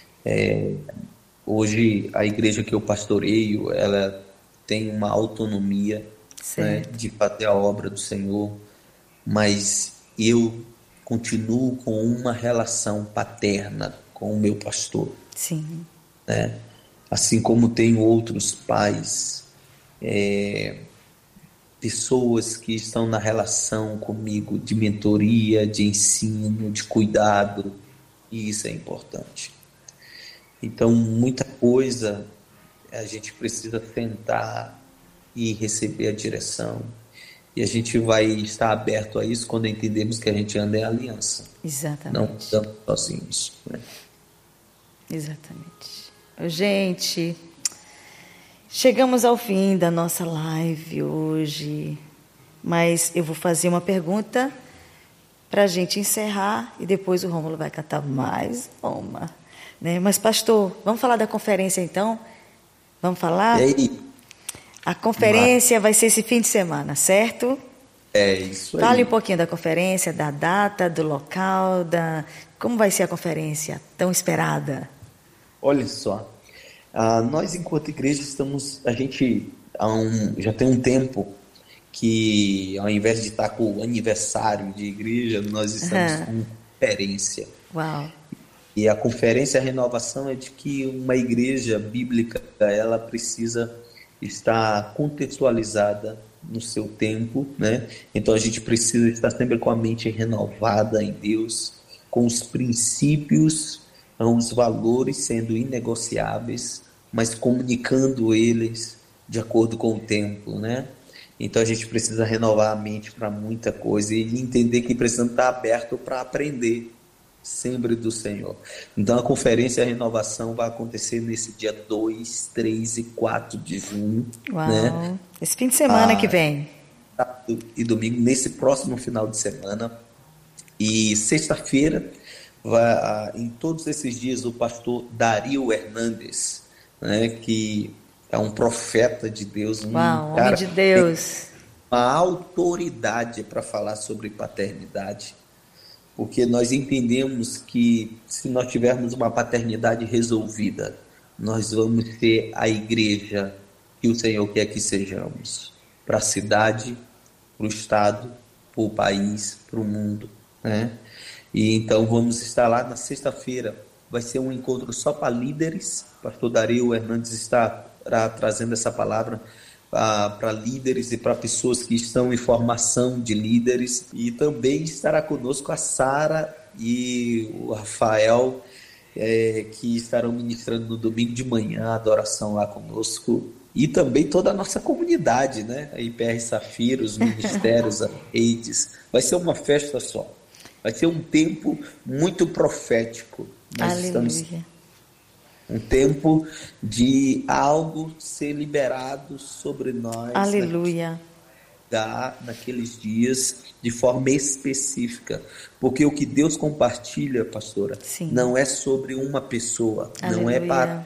Hoje a igreja que eu pastoreio, ela tem uma autonomia, né, de fazer a obra do Senhor, mas eu continuo com uma relação paterna com o meu pastor. Sim. Né? Assim como tenho outros pais, pessoas que estão na relação comigo de mentoria, de ensino, de cuidado, e isso é importante. Então, muita coisa a gente precisa tentar e receber a direção. E a gente vai estar aberto a isso quando entendemos que a gente anda em aliança. Exatamente. Não estamos sozinhos. Né? Exatamente. Gente, chegamos ao fim da nossa live hoje, mas eu vou fazer uma pergunta para a gente encerrar e depois o Rômulo vai catar mais uma. Né? Mas, pastor, vamos falar da conferência então? Vamos falar? E aí? A conferência vai ser esse fim de semana, certo? É isso aí. Fale um pouquinho da conferência, da data, do local, como vai ser a conferência tão esperada? Olha só, nós enquanto igreja a gente já tem um tempo que ao invés de estar com o aniversário de igreja, nós estamos com conferência. Uau! E a conferência, a renovação é de que uma igreja bíblica, ela precisa estar contextualizada no seu tempo, né? Então a gente precisa estar sempre com a mente renovada em Deus, com os princípios, os valores sendo inegociáveis, mas comunicando eles de acordo com o tempo, né? Então a gente precisa renovar a mente para muita coisa e entender que precisamos estar aberto para aprender sempre do Senhor. Então a conferência, a renovação vai acontecer nesse dia 2, 3 e 4 de junho. Uau! Né? Esse fim de semana que vem. sábado e domingo, nesse próximo final de semana. E sexta-feira, em todos esses dias, o pastor Dario Hernandes, né, que é um profeta de Deus, um Uau, cara homem de Deus. uma autoridade para falar sobre paternidade, porque nós entendemos que se nós tivermos uma paternidade resolvida, nós vamos ser a igreja que o Senhor quer que sejamos, para a cidade, para o estado, para o país, para o mundo, né? E então vamos estar lá na sexta-feira, vai ser um encontro só para líderes. O pastor Dario Hernandes estará trazendo essa palavra para líderes e para pessoas que estão em formação de líderes, e também estará conosco a Sara e o Rafael, que estarão ministrando no domingo de manhã a adoração lá conosco, e também toda a nossa comunidade, né? A IPR Safira, os ministérios, a redes, vai ser uma festa só, vai ser um tempo muito profético. Nós estamos um tempo de algo ser liberado sobre nós. Aleluia. Naqueles dias, de forma específica. Porque o que Deus compartilha, pastora, Sim, não é sobre uma pessoa. aleluia. Não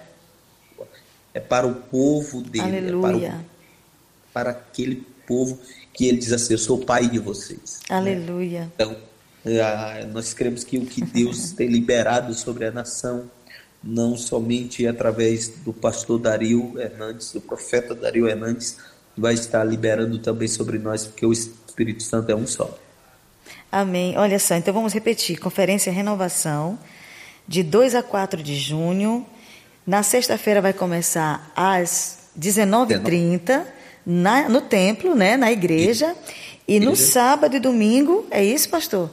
é para o povo dele. Aleluia. Para aquele povo que ele diz assim: eu sou o pai de vocês. Aleluia. Né? Então, nós cremos que o que Deus tem liberado sobre a nação, não somente através do pastor Dario Hernandes, do profeta Dario Hernandes, vai estar liberando também sobre nós, porque o Espírito Santo é um só. Amém. Olha só, então vamos repetir. Conferência Renovação, de 2 a 4 de junho. Na sexta-feira vai começar às 19h30, no templo, né, na igreja. E no sábado e domingo, é isso, pastor?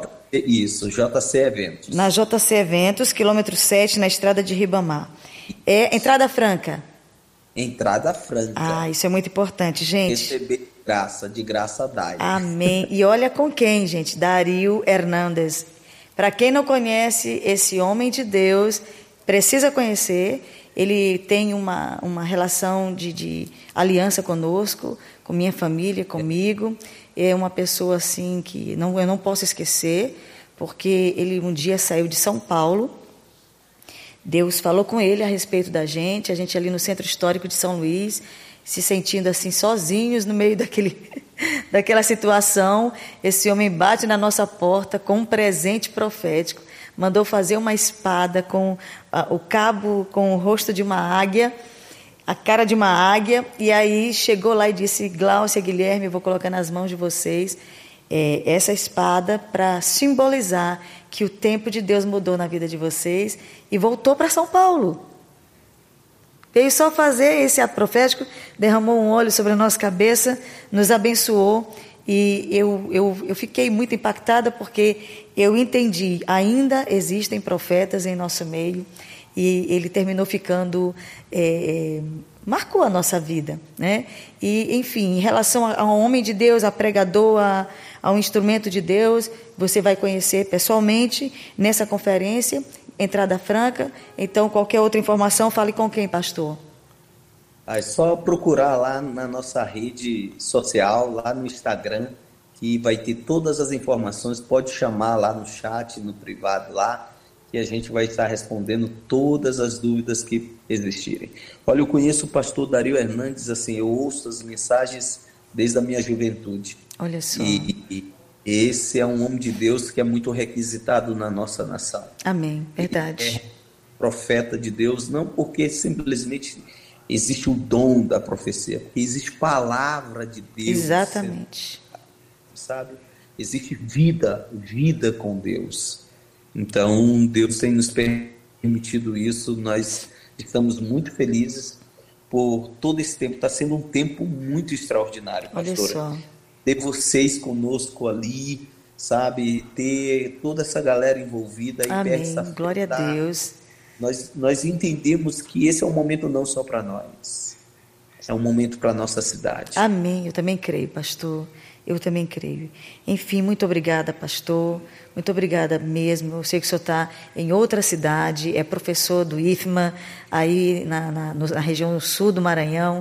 JC Eventos. Na JC Eventos, quilômetro 7, na estrada de Ribamar. É entrada franca? Entrada franca. Ah, isso é muito importante, gente. Receber graça, de graça dai. Amém. E olha com quem, gente? Dario Hernandes. Para quem não conhece esse homem de Deus, precisa conhecer. Ele tem uma relação de aliança conosco, com minha família, comigo. É uma pessoa assim que eu não posso esquecer, porque ele um dia saiu de São Paulo. Deus falou com ele a respeito da gente, a gente ali no Centro Histórico de São Luís, se sentindo assim sozinhos no meio daquela situação. Esse homem bate na nossa porta com um presente profético, mandou fazer uma espada com o cabo, com o rosto de uma águia, a cara de uma águia, e aí chegou lá e disse: Gláucia, Guilherme, eu vou colocar nas mãos de vocês essa espada para simbolizar que o tempo de Deus mudou na vida de vocês, e voltou para São Paulo. Veio só fazer esse ato profético, derramou um óleo sobre a nossa cabeça, nos abençoou, e eu fiquei muito impactada, porque eu entendi, ainda existem profetas em nosso meio, e ele terminou ficando, marcou a nossa vida, né? E, enfim, em relação a um homem de Deus, a pregador, a um instrumento de Deus, você vai conhecer pessoalmente nessa conferência, entrada franca. Então, qualquer outra informação, fale com quem, pastor? É só procurar lá na nossa rede social, lá no Instagram, que vai ter todas as informações. Pode chamar lá no chat, no privado lá, que a gente vai estar respondendo todas as dúvidas que existirem. Olha, eu conheço o pastor Dario Hernandes, assim, eu ouço as mensagens desde a minha juventude. Olha só. E esse é um homem de Deus que é muito requisitado na nossa nação. Amém, verdade. Ele é profeta de Deus, não porque simplesmente existe o dom da profecia, porque existe palavra de Deus. Exatamente. Sabe? Existe vida com Deus. Então, Deus tem nos permitido isso, nós estamos muito felizes por todo esse tempo. Está sendo um tempo muito extraordinário, pastora. Olha só. Ter vocês conosco ali, sabe? Ter toda essa galera envolvida. Amém, glória a Deus. Nós entendemos que esse é um momento não só para nós, é um momento para a nossa cidade. Amém, eu também creio, pastor. Eu também creio. Enfim, muito obrigada, pastor. Muito obrigada mesmo. Eu sei que o senhor está em outra cidade, é professor do IFMA, aí na região sul do Maranhão.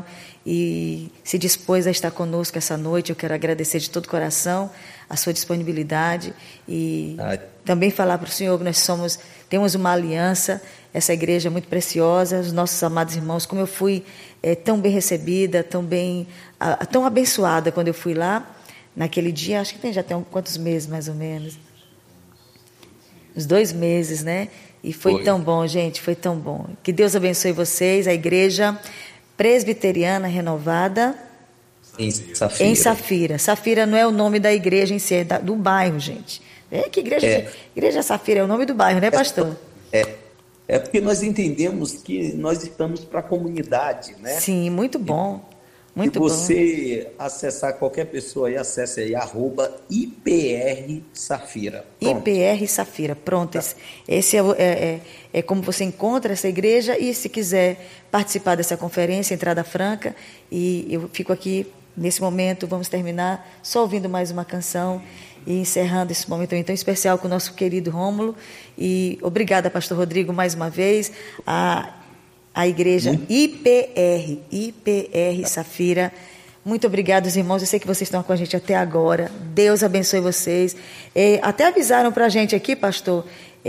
e se dispôs a estar conosco essa noite. Eu quero agradecer de todo o coração a sua disponibilidade e também falar para o senhor que nós temos uma aliança, essa igreja é muito preciosa, os nossos amados irmãos, como eu fui tão bem recebida, tão abençoada quando eu fui lá, naquele dia, acho que já tem quantos meses mais ou menos? Uns 2 meses, né? E foi tão bom, gente, foi tão bom. Que Deus abençoe vocês, a igreja presbiteriana renovada em Safira. Safira não é o nome da igreja em si, é do bairro, gente. Que igreja? Igreja Safira é o nome do bairro, né, pastor? É porque nós entendemos que nós estamos para a comunidade, né? Sim, muito bom. Muito bom. Se você acessar, qualquer pessoa aí, acesse aí, @IPR Safira. Pronto. IPR Safira, pronto. Esse é como você encontra essa igreja, e se quiser participar dessa conferência, entrada franca, e eu fico aqui nesse momento, vamos terminar só ouvindo mais uma canção e encerrando esse momento também tão especial com o nosso querido Rômulo. E obrigada, pastor Rodrigo, mais uma vez, a igreja IPR Safira. Muito obrigada, irmãos. Eu sei que vocês estão com a gente até agora. Deus abençoe vocês. Até avisaram para a gente aqui, pastor,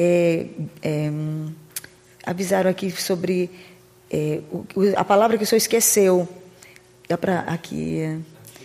avisaram aqui sobre a palavra que o senhor esqueceu. Dá para aqui...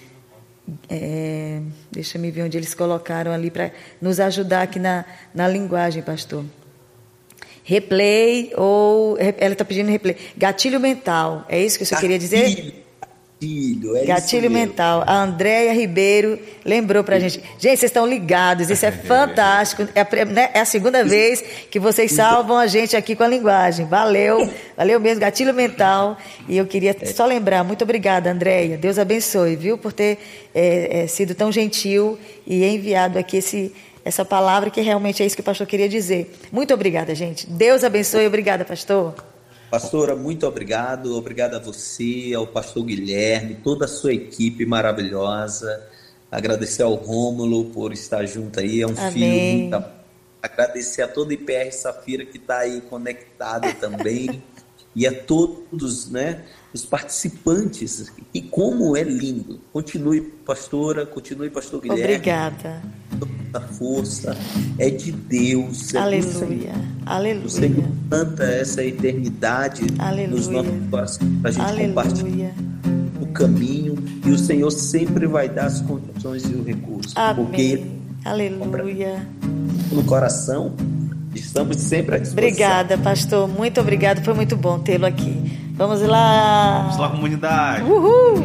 deixa eu ver onde eles colocaram ali para nos ajudar aqui na linguagem, pastor. Replay, ou ela está pedindo replay. Gatilho mental, é isso que o senhor queria dizer? Gatilho mental. A Andréia Ribeiro lembrou para a gente. Gente, vocês estão ligados, isso é fantástico. É a segunda vez que vocês salvam a gente aqui com a linguagem. Valeu mesmo, gatilho mental. E eu queria só lembrar, muito obrigada, Andréia. Deus abençoe, viu, por ter sido tão gentil e enviado aqui essa palavra, que realmente é isso que o pastor queria dizer. Muito obrigada, gente. Deus abençoe. Obrigada, pastor. Pastora, muito obrigado. Obrigado a você, ao pastor Guilherme, toda a sua equipe maravilhosa. Agradecer ao Rômulo por estar junto aí. É um Amém. filho muito... Agradecer a toda a IPR Safira que está aí conectada também. E a todos, né, os participantes. E como é lindo. Continue, pastora. Continue, pastor Guilherme. Obrigada. A força é de Deus. Aleluia. Aleluia. O Senhor planta essa eternidade nos nossos corações para a gente compartilhar o caminho, e o Senhor sempre vai dar as condições e o recurso. Amém. Porque aleluia. No coração, estamos sempre à disposição. Obrigada, pastor. Muito obrigada. Foi muito bom tê-lo aqui. Vamos lá. Vamos lá, comunidade. Uhul.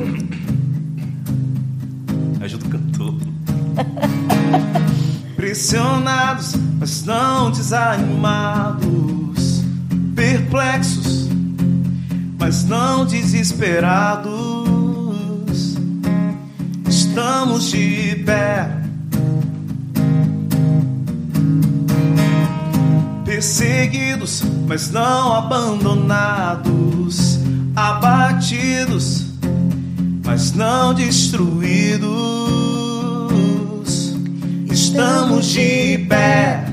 Ajuda o cantor. Pressionados, mas não desanimados, perplexos, mas não desesperados, estamos de pé, perseguidos, mas não abandonados, abatidos, mas não destruídos. Estamos de pé,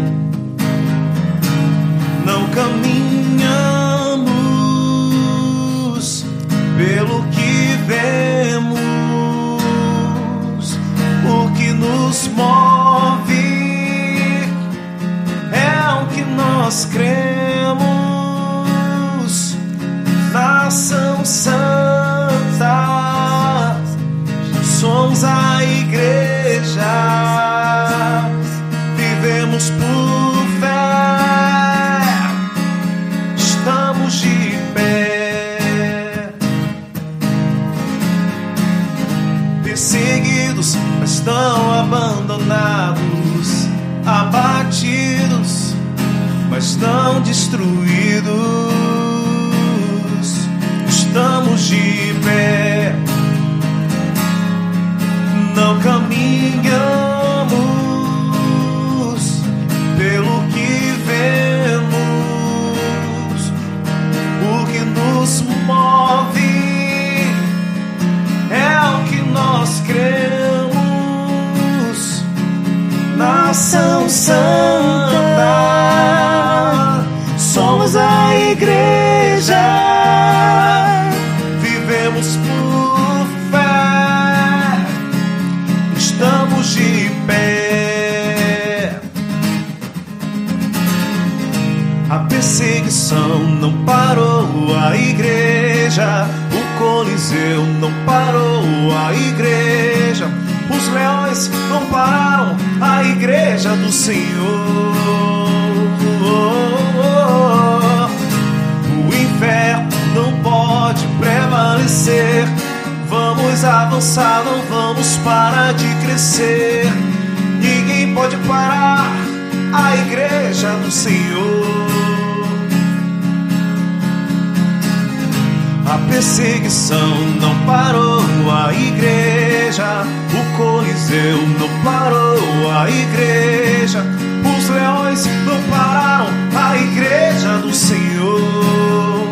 não caminhamos pelo que vemos, o que nos move é o que nós cremos. Nação santa, somos a igreja. Vivemos por fé, estamos de pé, perseguidos, mas não abandonados, abatidos, mas não destruídos. Estamos de pé, não caminhamos pelo que vemos, o que nos move é o que nós cremos. Nação santa, somos a igreja, vivemos perseguição não parou a igreja, o Coliseu não parou a igreja, os leões não pararam a igreja do Senhor. O inferno não pode prevalecer. Vamos avançar, não vamos parar de crescer. Ninguém pode parar a igreja do Senhor. A perseguição não parou a igreja, o Coliseu não parou a igreja, os leões não pararam a igreja do Senhor.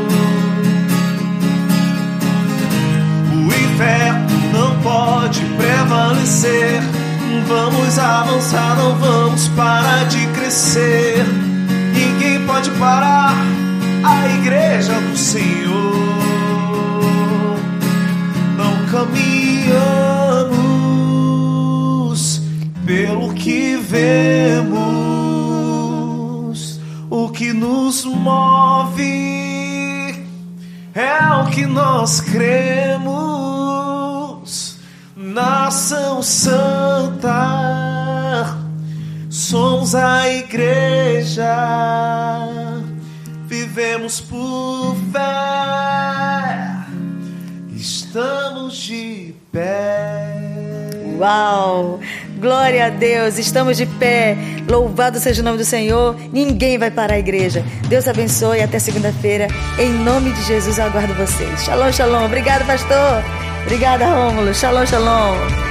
O inferno não pode prevalecer. Vamos avançar, não vamos parar de crescer. Ninguém pode parar a igreja do Senhor. Não caminhamos pelo que vemos. O que nos move é o que nós cremos. Nação santa, somos a igreja, vivemos por fé, estamos de pé. Uau! Glória a Deus, estamos de pé. Louvado seja o nome do Senhor. Ninguém vai parar a igreja. Deus abençoe, até segunda-feira. Em nome de Jesus eu aguardo vocês. Shalom, shalom. Obrigado, pastor. Obrigada, Rômulo. Shalom, shalom.